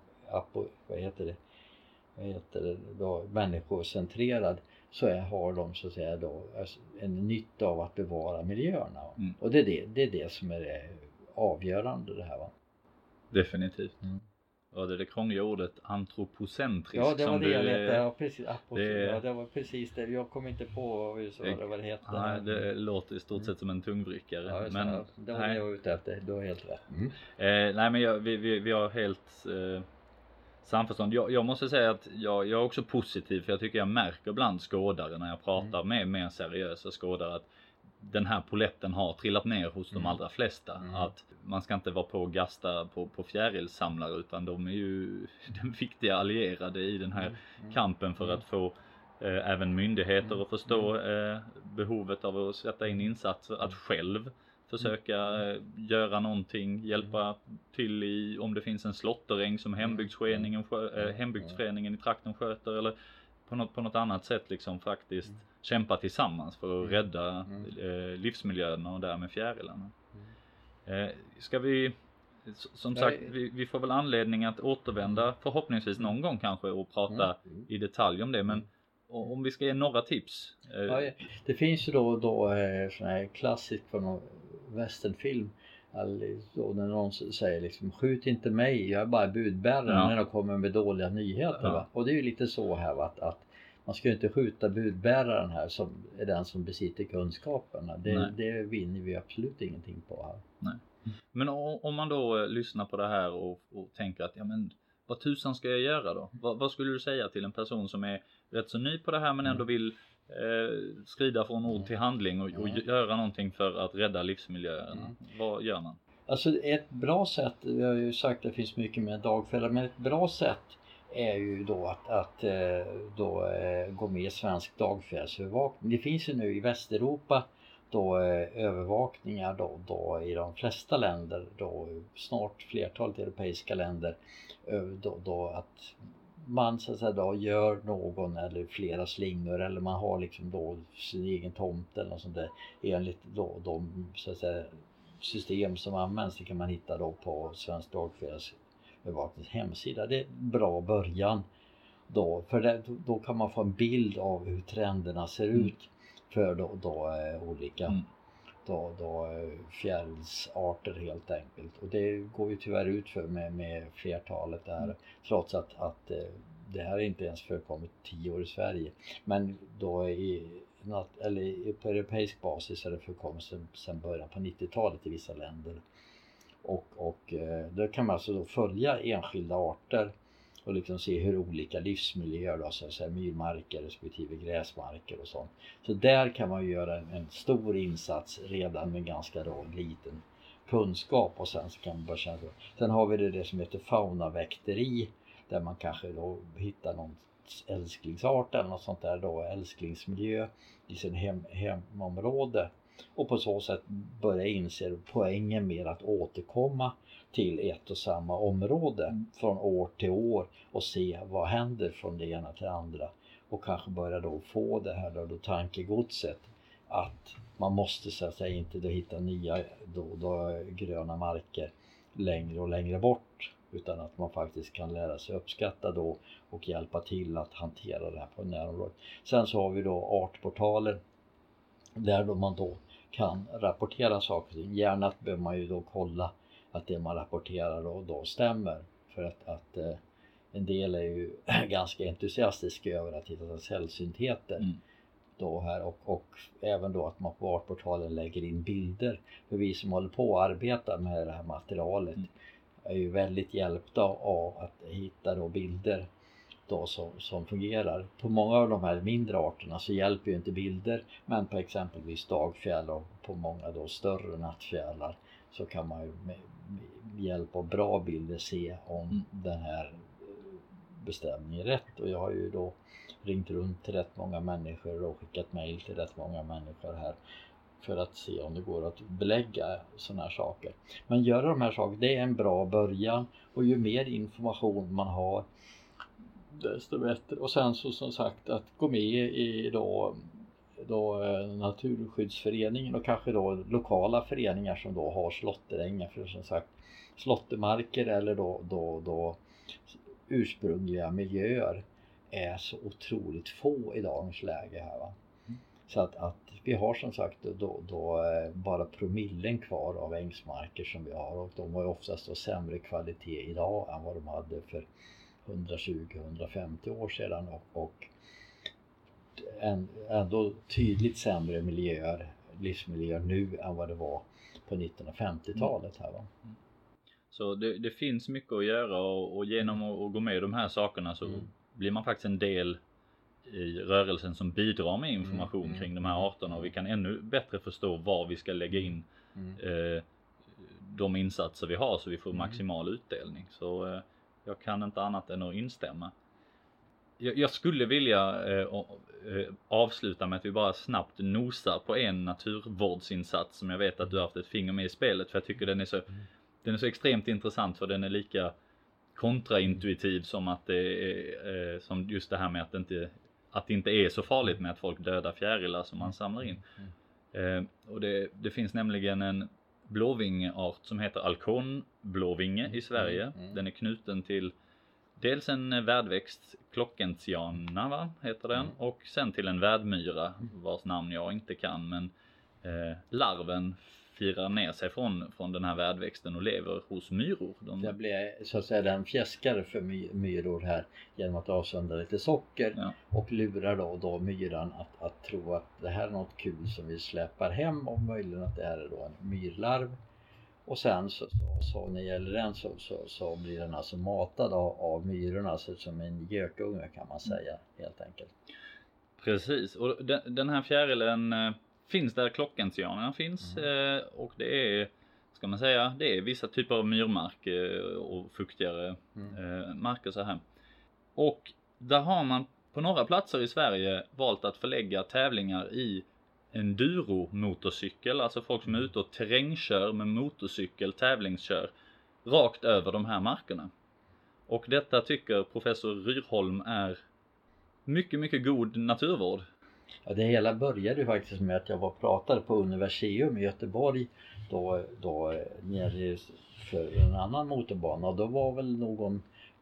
Speaker 3: människocentrerad, så har de så att säga då en nytta av att bevara miljöerna. Och det är det som är det avgörande det här, va?
Speaker 1: Definitivt. Ja, det är det krångliga ordet antropocentrisk.
Speaker 3: Ja, det var det jag letade. Ja, precis. Det var precis det. Jag kom inte på vad det heter.
Speaker 1: Nej, det låter i stort sett som en tungvrickare.
Speaker 3: Ja, men det var det jag var ute efter. Du har helt rätt.
Speaker 1: Nej, men vi har helt samförstånd. Jag måste säga att jag är också positiv, för jag tycker jag märker bland skådare när jag pratar med mer seriösa skådare att den här poletten har trillat ner hos de allra flesta. Att man ska inte vara på och gasta på fjärilssamlare, utan de är ju den viktiga allierade i den här kampen för att få även myndigheter att förstå behovet av att sätta in insatser, att själv försöka göra någonting, hjälpa till i om det finns en slåtteräng som hembygdsföreningen i trakten sköter, eller på något annat sätt liksom faktiskt kämpa tillsammans för att rädda livsmiljöerna och därmed fjärilarna. Ska vi, som sagt, vi får väl anledning att återvända förhoppningsvis någon gång kanske och prata i detalj om det, men om vi ska ge några tips.
Speaker 3: Det finns ju då sån här klassisk från någon westernfilm, då när någon säger liksom, skjut inte mig, jag är bara budbäraren när de kommer med dåliga nyheter, va? Och det är ju lite så här, va? Att man ska ju inte skjuta budbäraren här som är den som besitter kunskaperna. Det vinner vi absolut ingenting på här.
Speaker 1: Nej. Men om man då lyssnar på det här och tänker att vad tusan ska jag göra då? Vad skulle du säga till en person som är rätt så ny på det här men ändå vill skrida från ord till handling och göra någonting för att rädda livsmiljöerna? Vad gör man?
Speaker 3: Alltså ett bra sätt, jag har ju sagt att det finns mycket med dagfälla, men ett bra sätt är ju då att gå med i svensk dagfällsövervakning. Det finns ju nu i Västeuropa då övervakningar då i de flesta länder, då snart flertalet europeiska länder, då att man så att säga då gör någon eller flera slingor, eller man har liksom då sin egen tomt eller något sånt där enligt då de så att säga system som används. Det kan man hitta då på Svensk dagfällsövervaknings hemsida. Det är en bra början då, för då kan man få en bild av hur trenderna ser ut för då olika fjärilsarter helt enkelt. Och det går ju tyvärr ut för med flertalet där, trots att det här inte ens förekommit 10 år i Sverige. Men då på europeisk basis har det förekommit sedan början på 90-talet i vissa länder. Och då kan man alltså då följa enskilda arter och liksom se hur olika livsmiljöer då, så att säga, myrmarker respektive gräsmarker och sånt. Så där kan man göra en stor insats redan med ganska då liten kunskap, och sen så kan man börja känna. Sen har vi det som heter faunaväkteri, där man kanske då hittar någon älsklingsart eller något sånt där då, älsklingsmiljö i sin hemområde, och på så sätt börja inse poängen med att återkomma till ett och samma område från år till år och se vad händer från det ena till det andra, och kanske börja då få det här då tankegodset att man måste så att säga inte då hitta nya då gröna marker längre och längre bort, utan att man faktiskt kan lära sig uppskatta då och hjälpa till att hantera det här på närområdet. Sen så har vi då artportalen där då man då kan rapportera saker. Gärna behöver man ju då kolla att det man rapporterar då stämmer, för att en del är ju ganska entusiastiska över att hitta sällsyntheter då här, och även då att man på artportalen lägger in bilder, för vi som håller på att arbeta med det här materialet är ju väldigt hjälpta av att hitta då bilder då som fungerar. På många av de här mindre arterna så hjälper ju inte bilder, men på exempelvis dagfjäll och på många då större nattfjällar så kan man ju med hjälp av bra bilder se om den här bestämningen är rätt. Och jag har ju då ringt runt till rätt många människor och skickat mejl till rätt många människor här för att se om det går att belägga sådana här saker. Men göra de här sakerna, det är en bra början, och ju mer information man har desto bättre. Och sen så som sagt att gå med i då Naturskyddsföreningen och kanske då lokala föreningar som då har slåtterängar, för som sagt slåttermarker eller då ursprungliga miljöer är så otroligt få i dagens läge här, va. Så att vi har som sagt då bara promillen kvar av ängsmarker som vi har, och de har ju oftast då sämre kvalitet idag än vad de hade för 120-150 år sedan, och ändå tydligt sämre livsmiljöer nu än vad det var på 1950-talet här, va.
Speaker 1: Så det finns mycket att göra, och genom att gå med i de här sakerna så blir man faktiskt en del i rörelsen som bidrar med information kring de här arterna, och vi kan ännu bättre förstå var vi ska lägga in de insatser vi har så vi får maximal utdelning. Så jag kan inte annat än att instämma. Jag skulle vilja avsluta med att vi bara snabbt nosar på en naturvårdsinsats som jag vet att du har haft ett finger med i spelet, för jag tycker den är så extremt intressant, för den är lika kontraintuitiv som att det är, som just det här med att det inte är så farligt med att folk dödar fjärilar som man samlar in. Och det finns nämligen en blåvingeart som heter alkonblåvinge i Sverige. Den är knuten till dels en värdväxt, klockentiana, va, heter den, och sen till en värdmyra vars namn jag inte kan, men larven firar ner sig från den här värdväxten och lever hos myror.
Speaker 3: Det blir så att säga den fjäskare för myror här genom att avsöndra lite socker, och lurar då myran att tro att det här är något kul som vi släpar hem, och möjligen att det här är då en myrlarv. Och sen så när det gäller den så blir den alltså matad av myrorna, så som en gökunge kan man säga helt enkelt.
Speaker 1: Precis, och den här fjärilen finns där klockentianerna finns, och det är, ska man säga, det är vissa typer av myrmark och fuktigare marker så här. Och där har man på några platser i Sverige valt att förlägga tävlingar i enduro-motorcykel, alltså folk som är ute och terrängkör med motorcykel, tävlingskör rakt över de här markerna. Och detta tycker professor Ryrholm är mycket, mycket god naturvård.
Speaker 3: Ja, det hela började ju faktiskt med att jag var pratade på Universium i Göteborg då nere för en annan motorbana, och då var väl någon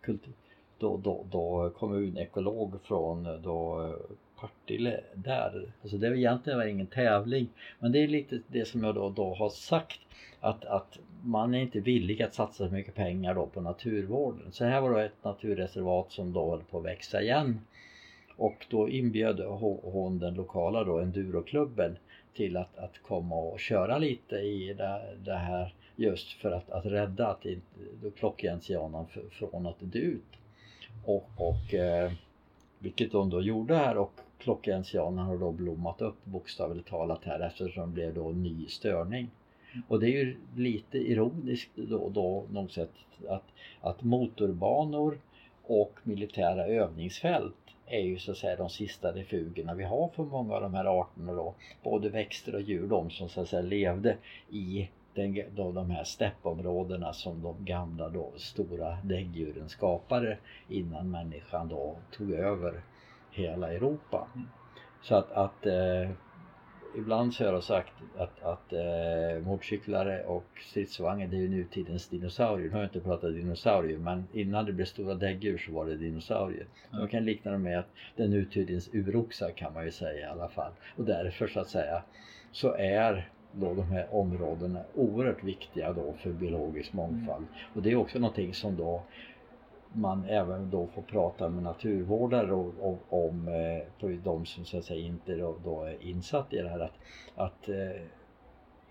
Speaker 3: kommunekolog från Partille där. Alltså det var egentligen ingen tävling, men det är lite det som jag då har sagt, att man är inte villig att satsa så mycket pengar då på naturvården. Så här var då ett naturreservat som då höll på att växa igen. Och då inbjöd hon den lokala då enduroklubben till att komma och köra lite i det här, just för att rädda att klockentianan från att dö ut. Och vilket de då gjorde här, och klockentianan har då blommat upp bokstavligt talat här, eftersom det blev då en ny störning. Och det är ju lite ironiskt då något sätt att motorbanor och militära övningsfält är ju så att säga de sista refugierna vi har för många av de här arterna då, både växter och djur, de som så att säga levde i de här steppområdena som de gamla då stora däggdjuren skapade innan människan då tog över hela Europa. Så att ibland så har jag sagt att motorcyklare och stridsvagnar, det är ju nutidens dinosaurier. Nu har jag inte pratat dinosaurier, men innan det blev stora däggdjur så var det dinosaurier. Man kan likna det med att det är nutidens uroxar, kan man ju säga i alla fall. Och därför så att säga så är då de här områdena oerhört viktiga då för biologisk mångfald. Och det är också någonting som då man även då får prata med naturvårdare om på de som så att säga inte då är insatt i det här, att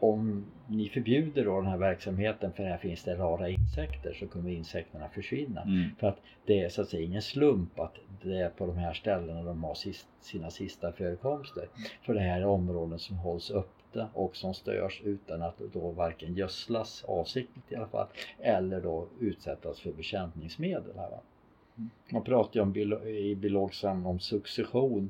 Speaker 3: om ni förbjuder då den här verksamheten för här finns det rara insekter så kommer insekterna försvinna. För att det är så att säga ingen slump att det är på de här ställena de har sina sista förekomster. För det här är områden som hålls öppna och som störs utan att då varken gödslas avsiktligt i alla fall eller då utsättas för bekämpningsmedel här, va? Man pratar ju om i biologsammanhang om succession.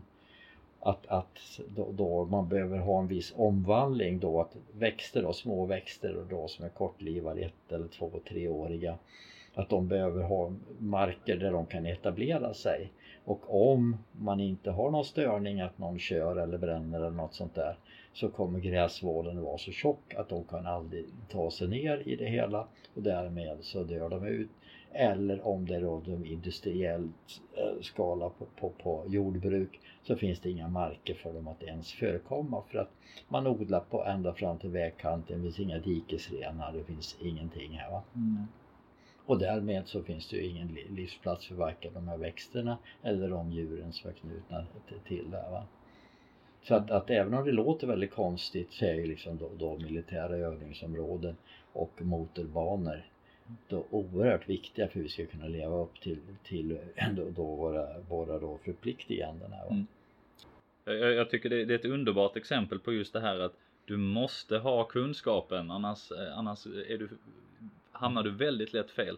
Speaker 3: Att då man behöver ha en viss omvandling då att växter då, små växter då som är kortlivade 1 eller 2, 3-åriga att de behöver ha marker där de kan etablera sig och om man inte har någon störning att någon kör eller bränner eller något sånt där så kommer gräsvålen vara så tjock att de kan aldrig ta sig ner i det hela och därmed så dör de ut. Eller om det råder industriellt skala på jordbruk så finns det inga marker för dem att ens förekomma för att man odlar på ända fram till vägkanten, det finns inga dikesrenar, det finns ingenting här, va? Och därmed så finns det ju ingen livsplats för varken de här växterna eller de djuren som är knutna till det, va? Så att även om det låter väldigt konstigt så är ju liksom då militära övningsområden och motorbanor då oerhört viktiga för att vi ska kunna leva upp till då våra då förpliktiganden här, va?
Speaker 1: Jag tycker det är ett underbart exempel på just det här att du måste ha kunskapen annars hamnar du väldigt lätt fel.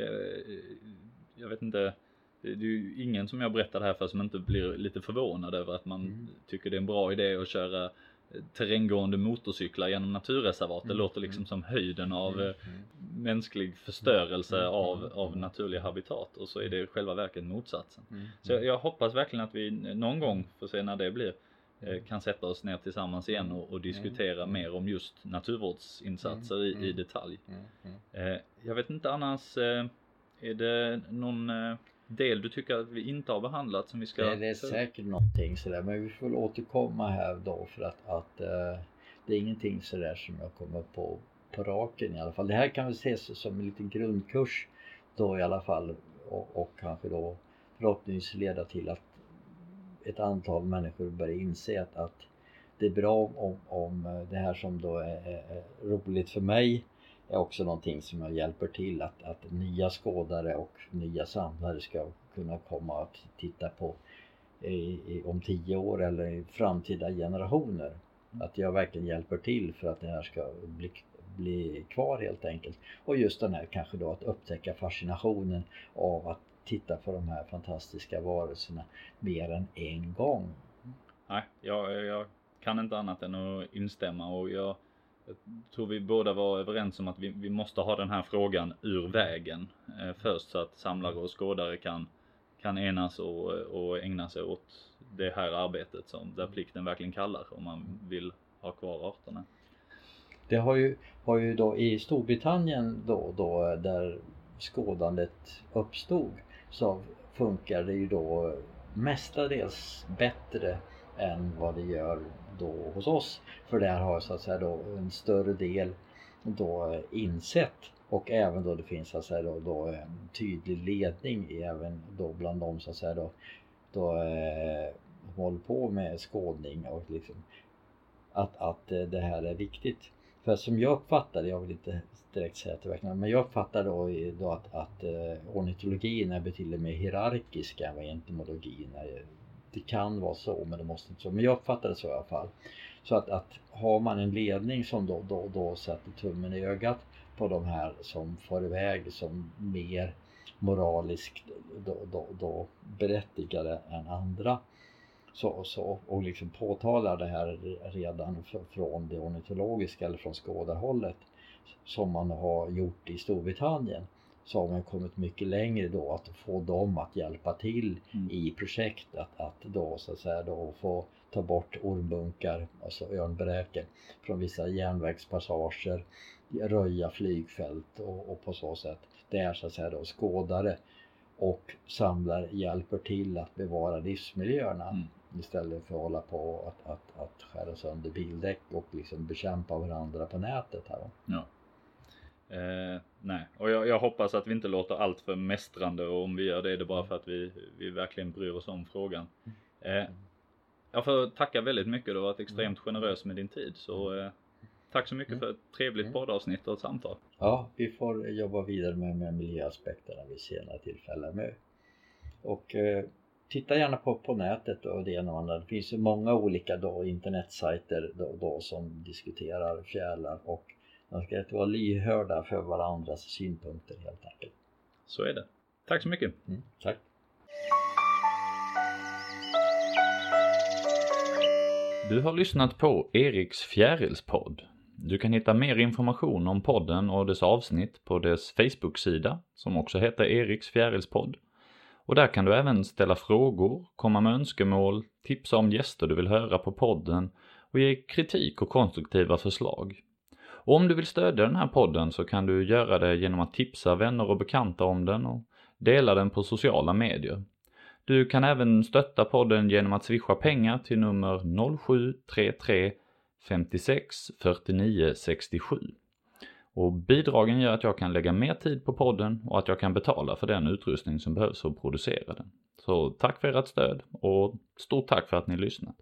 Speaker 1: Jag vet inte, det är ju ingen som jag berättar det här för som inte blir lite förvånad över att man tycker det är en bra idé att köra terränggående motorcyklar genom naturreservat. Det låter liksom som höjden av mänsklig förstörelse av naturliga habitat och så är det i själva verket motsatsen. Så jag hoppas verkligen att vi någon gång får se när det blir kan sätta oss ner tillsammans igen och diskutera mer om just naturvårdsinsatser i detalj. Jag vet inte annars, är det någon del du tycker att vi inte har behandlat som vi ska...
Speaker 3: Det är säkert någonting sådär, men vi får återkomma här då för att det är ingenting sådär som jag kommer på raken i alla fall. Det här kan vi ses som en liten grundkurs då i alla fall och kanske då förhoppningsvis leda till att ett antal människor börjar inse att det är bra om det här som då är roligt för mig är också någonting som jag hjälper till att nya skådare och nya samlare ska kunna komma att titta på om 10 år eller i framtida generationer. Att jag verkligen hjälper till för att det här ska bli kvar helt enkelt. Och just den här kanske då att upptäcka fascinationen av att titta på de här fantastiska varelserna mer än en gång.
Speaker 1: Nej, jag kan inte annat än att instämma och jag tror vi båda var överens om att vi måste ha den här frågan ur vägen först så att samlare och skådare kan enas och ägna sig åt det här arbetet som där plikten verkligen kallar om man vill ha kvar arterna.
Speaker 3: Det har ju då i Storbritannien då där skådandet uppstod så funkar det ju då mestadels bättre än vad det gör då hos oss. För där har så att säga då en större del då insett och även då det finns så att säga då en tydlig ledning även då bland dem så att säga då håller på med skådning och liksom att det här är viktigt. För som jag uppfattar, jag vill inte direkt säga att det verkligen, men jag uppfattar då att ornitologin är betydligt mer hierarkisk än vad entomologin är. Det kan vara så, men det måste inte så. Men jag uppfattar det så i alla fall. Så att har man en ledning som då sätter tummen i ögat på de här som får iväg som mer moraliskt då berättigade än andra. Så och liksom påtalar det här redan från det ornitologiska eller från skådarhållet som man har gjort i Storbritannien, så har man kommit mycket längre då att få dem att hjälpa till i projekt att då så att säga då få ta bort ormbunkar, alltså örnbräken från vissa järnvägspassager, röja flygfält och på så sätt det är så att säga då skådare och samlare hjälper till att bevara livsmiljöerna istället för att hålla på att skära sönder bildäck och liksom bekämpa varandra på nätet här.
Speaker 1: Ja. Nej, och jag hoppas att vi inte låter allt för mästrande och om vi gör det är det bara för att vi verkligen bryr oss om frågan. Jag får tacka väldigt mycket, du har varit extremt generös med din tid så Tack så mycket för ett trevligt poddavsnitt och ett samtal.
Speaker 3: Ja, vi får jobba vidare med miljöaspekterna vid senare tillfällen med. Och titta gärna på nätet och det ena och andra. Det finns ju många olika internetsajter som diskuterar fjärilar, och man ska vara lyhörda för varandras synpunkter helt enkelt.
Speaker 1: Så är det. Tack så mycket.
Speaker 3: Tack.
Speaker 1: Du har lyssnat på Eriks fjärilspodd. Du kan hitta mer information om podden och dess avsnitt på dess Facebook-sida som också heter Eriks fjärilspodd. Och där kan du även ställa frågor, komma med önskemål, tipsa om gäster du vill höra på podden och ge kritik och konstruktiva förslag. Och om du vill stödja den här podden så kan du göra det genom att tipsa vänner och bekanta om den och dela den på sociala medier. Du kan även stötta podden genom att swisha pengar till nummer 0733 56 49 67. Och bidragen gör att jag kan lägga mer tid på podden och att jag kan betala för den utrustning som behövs för att producera den. Så tack för ert stöd och stort tack för att ni lyssnat.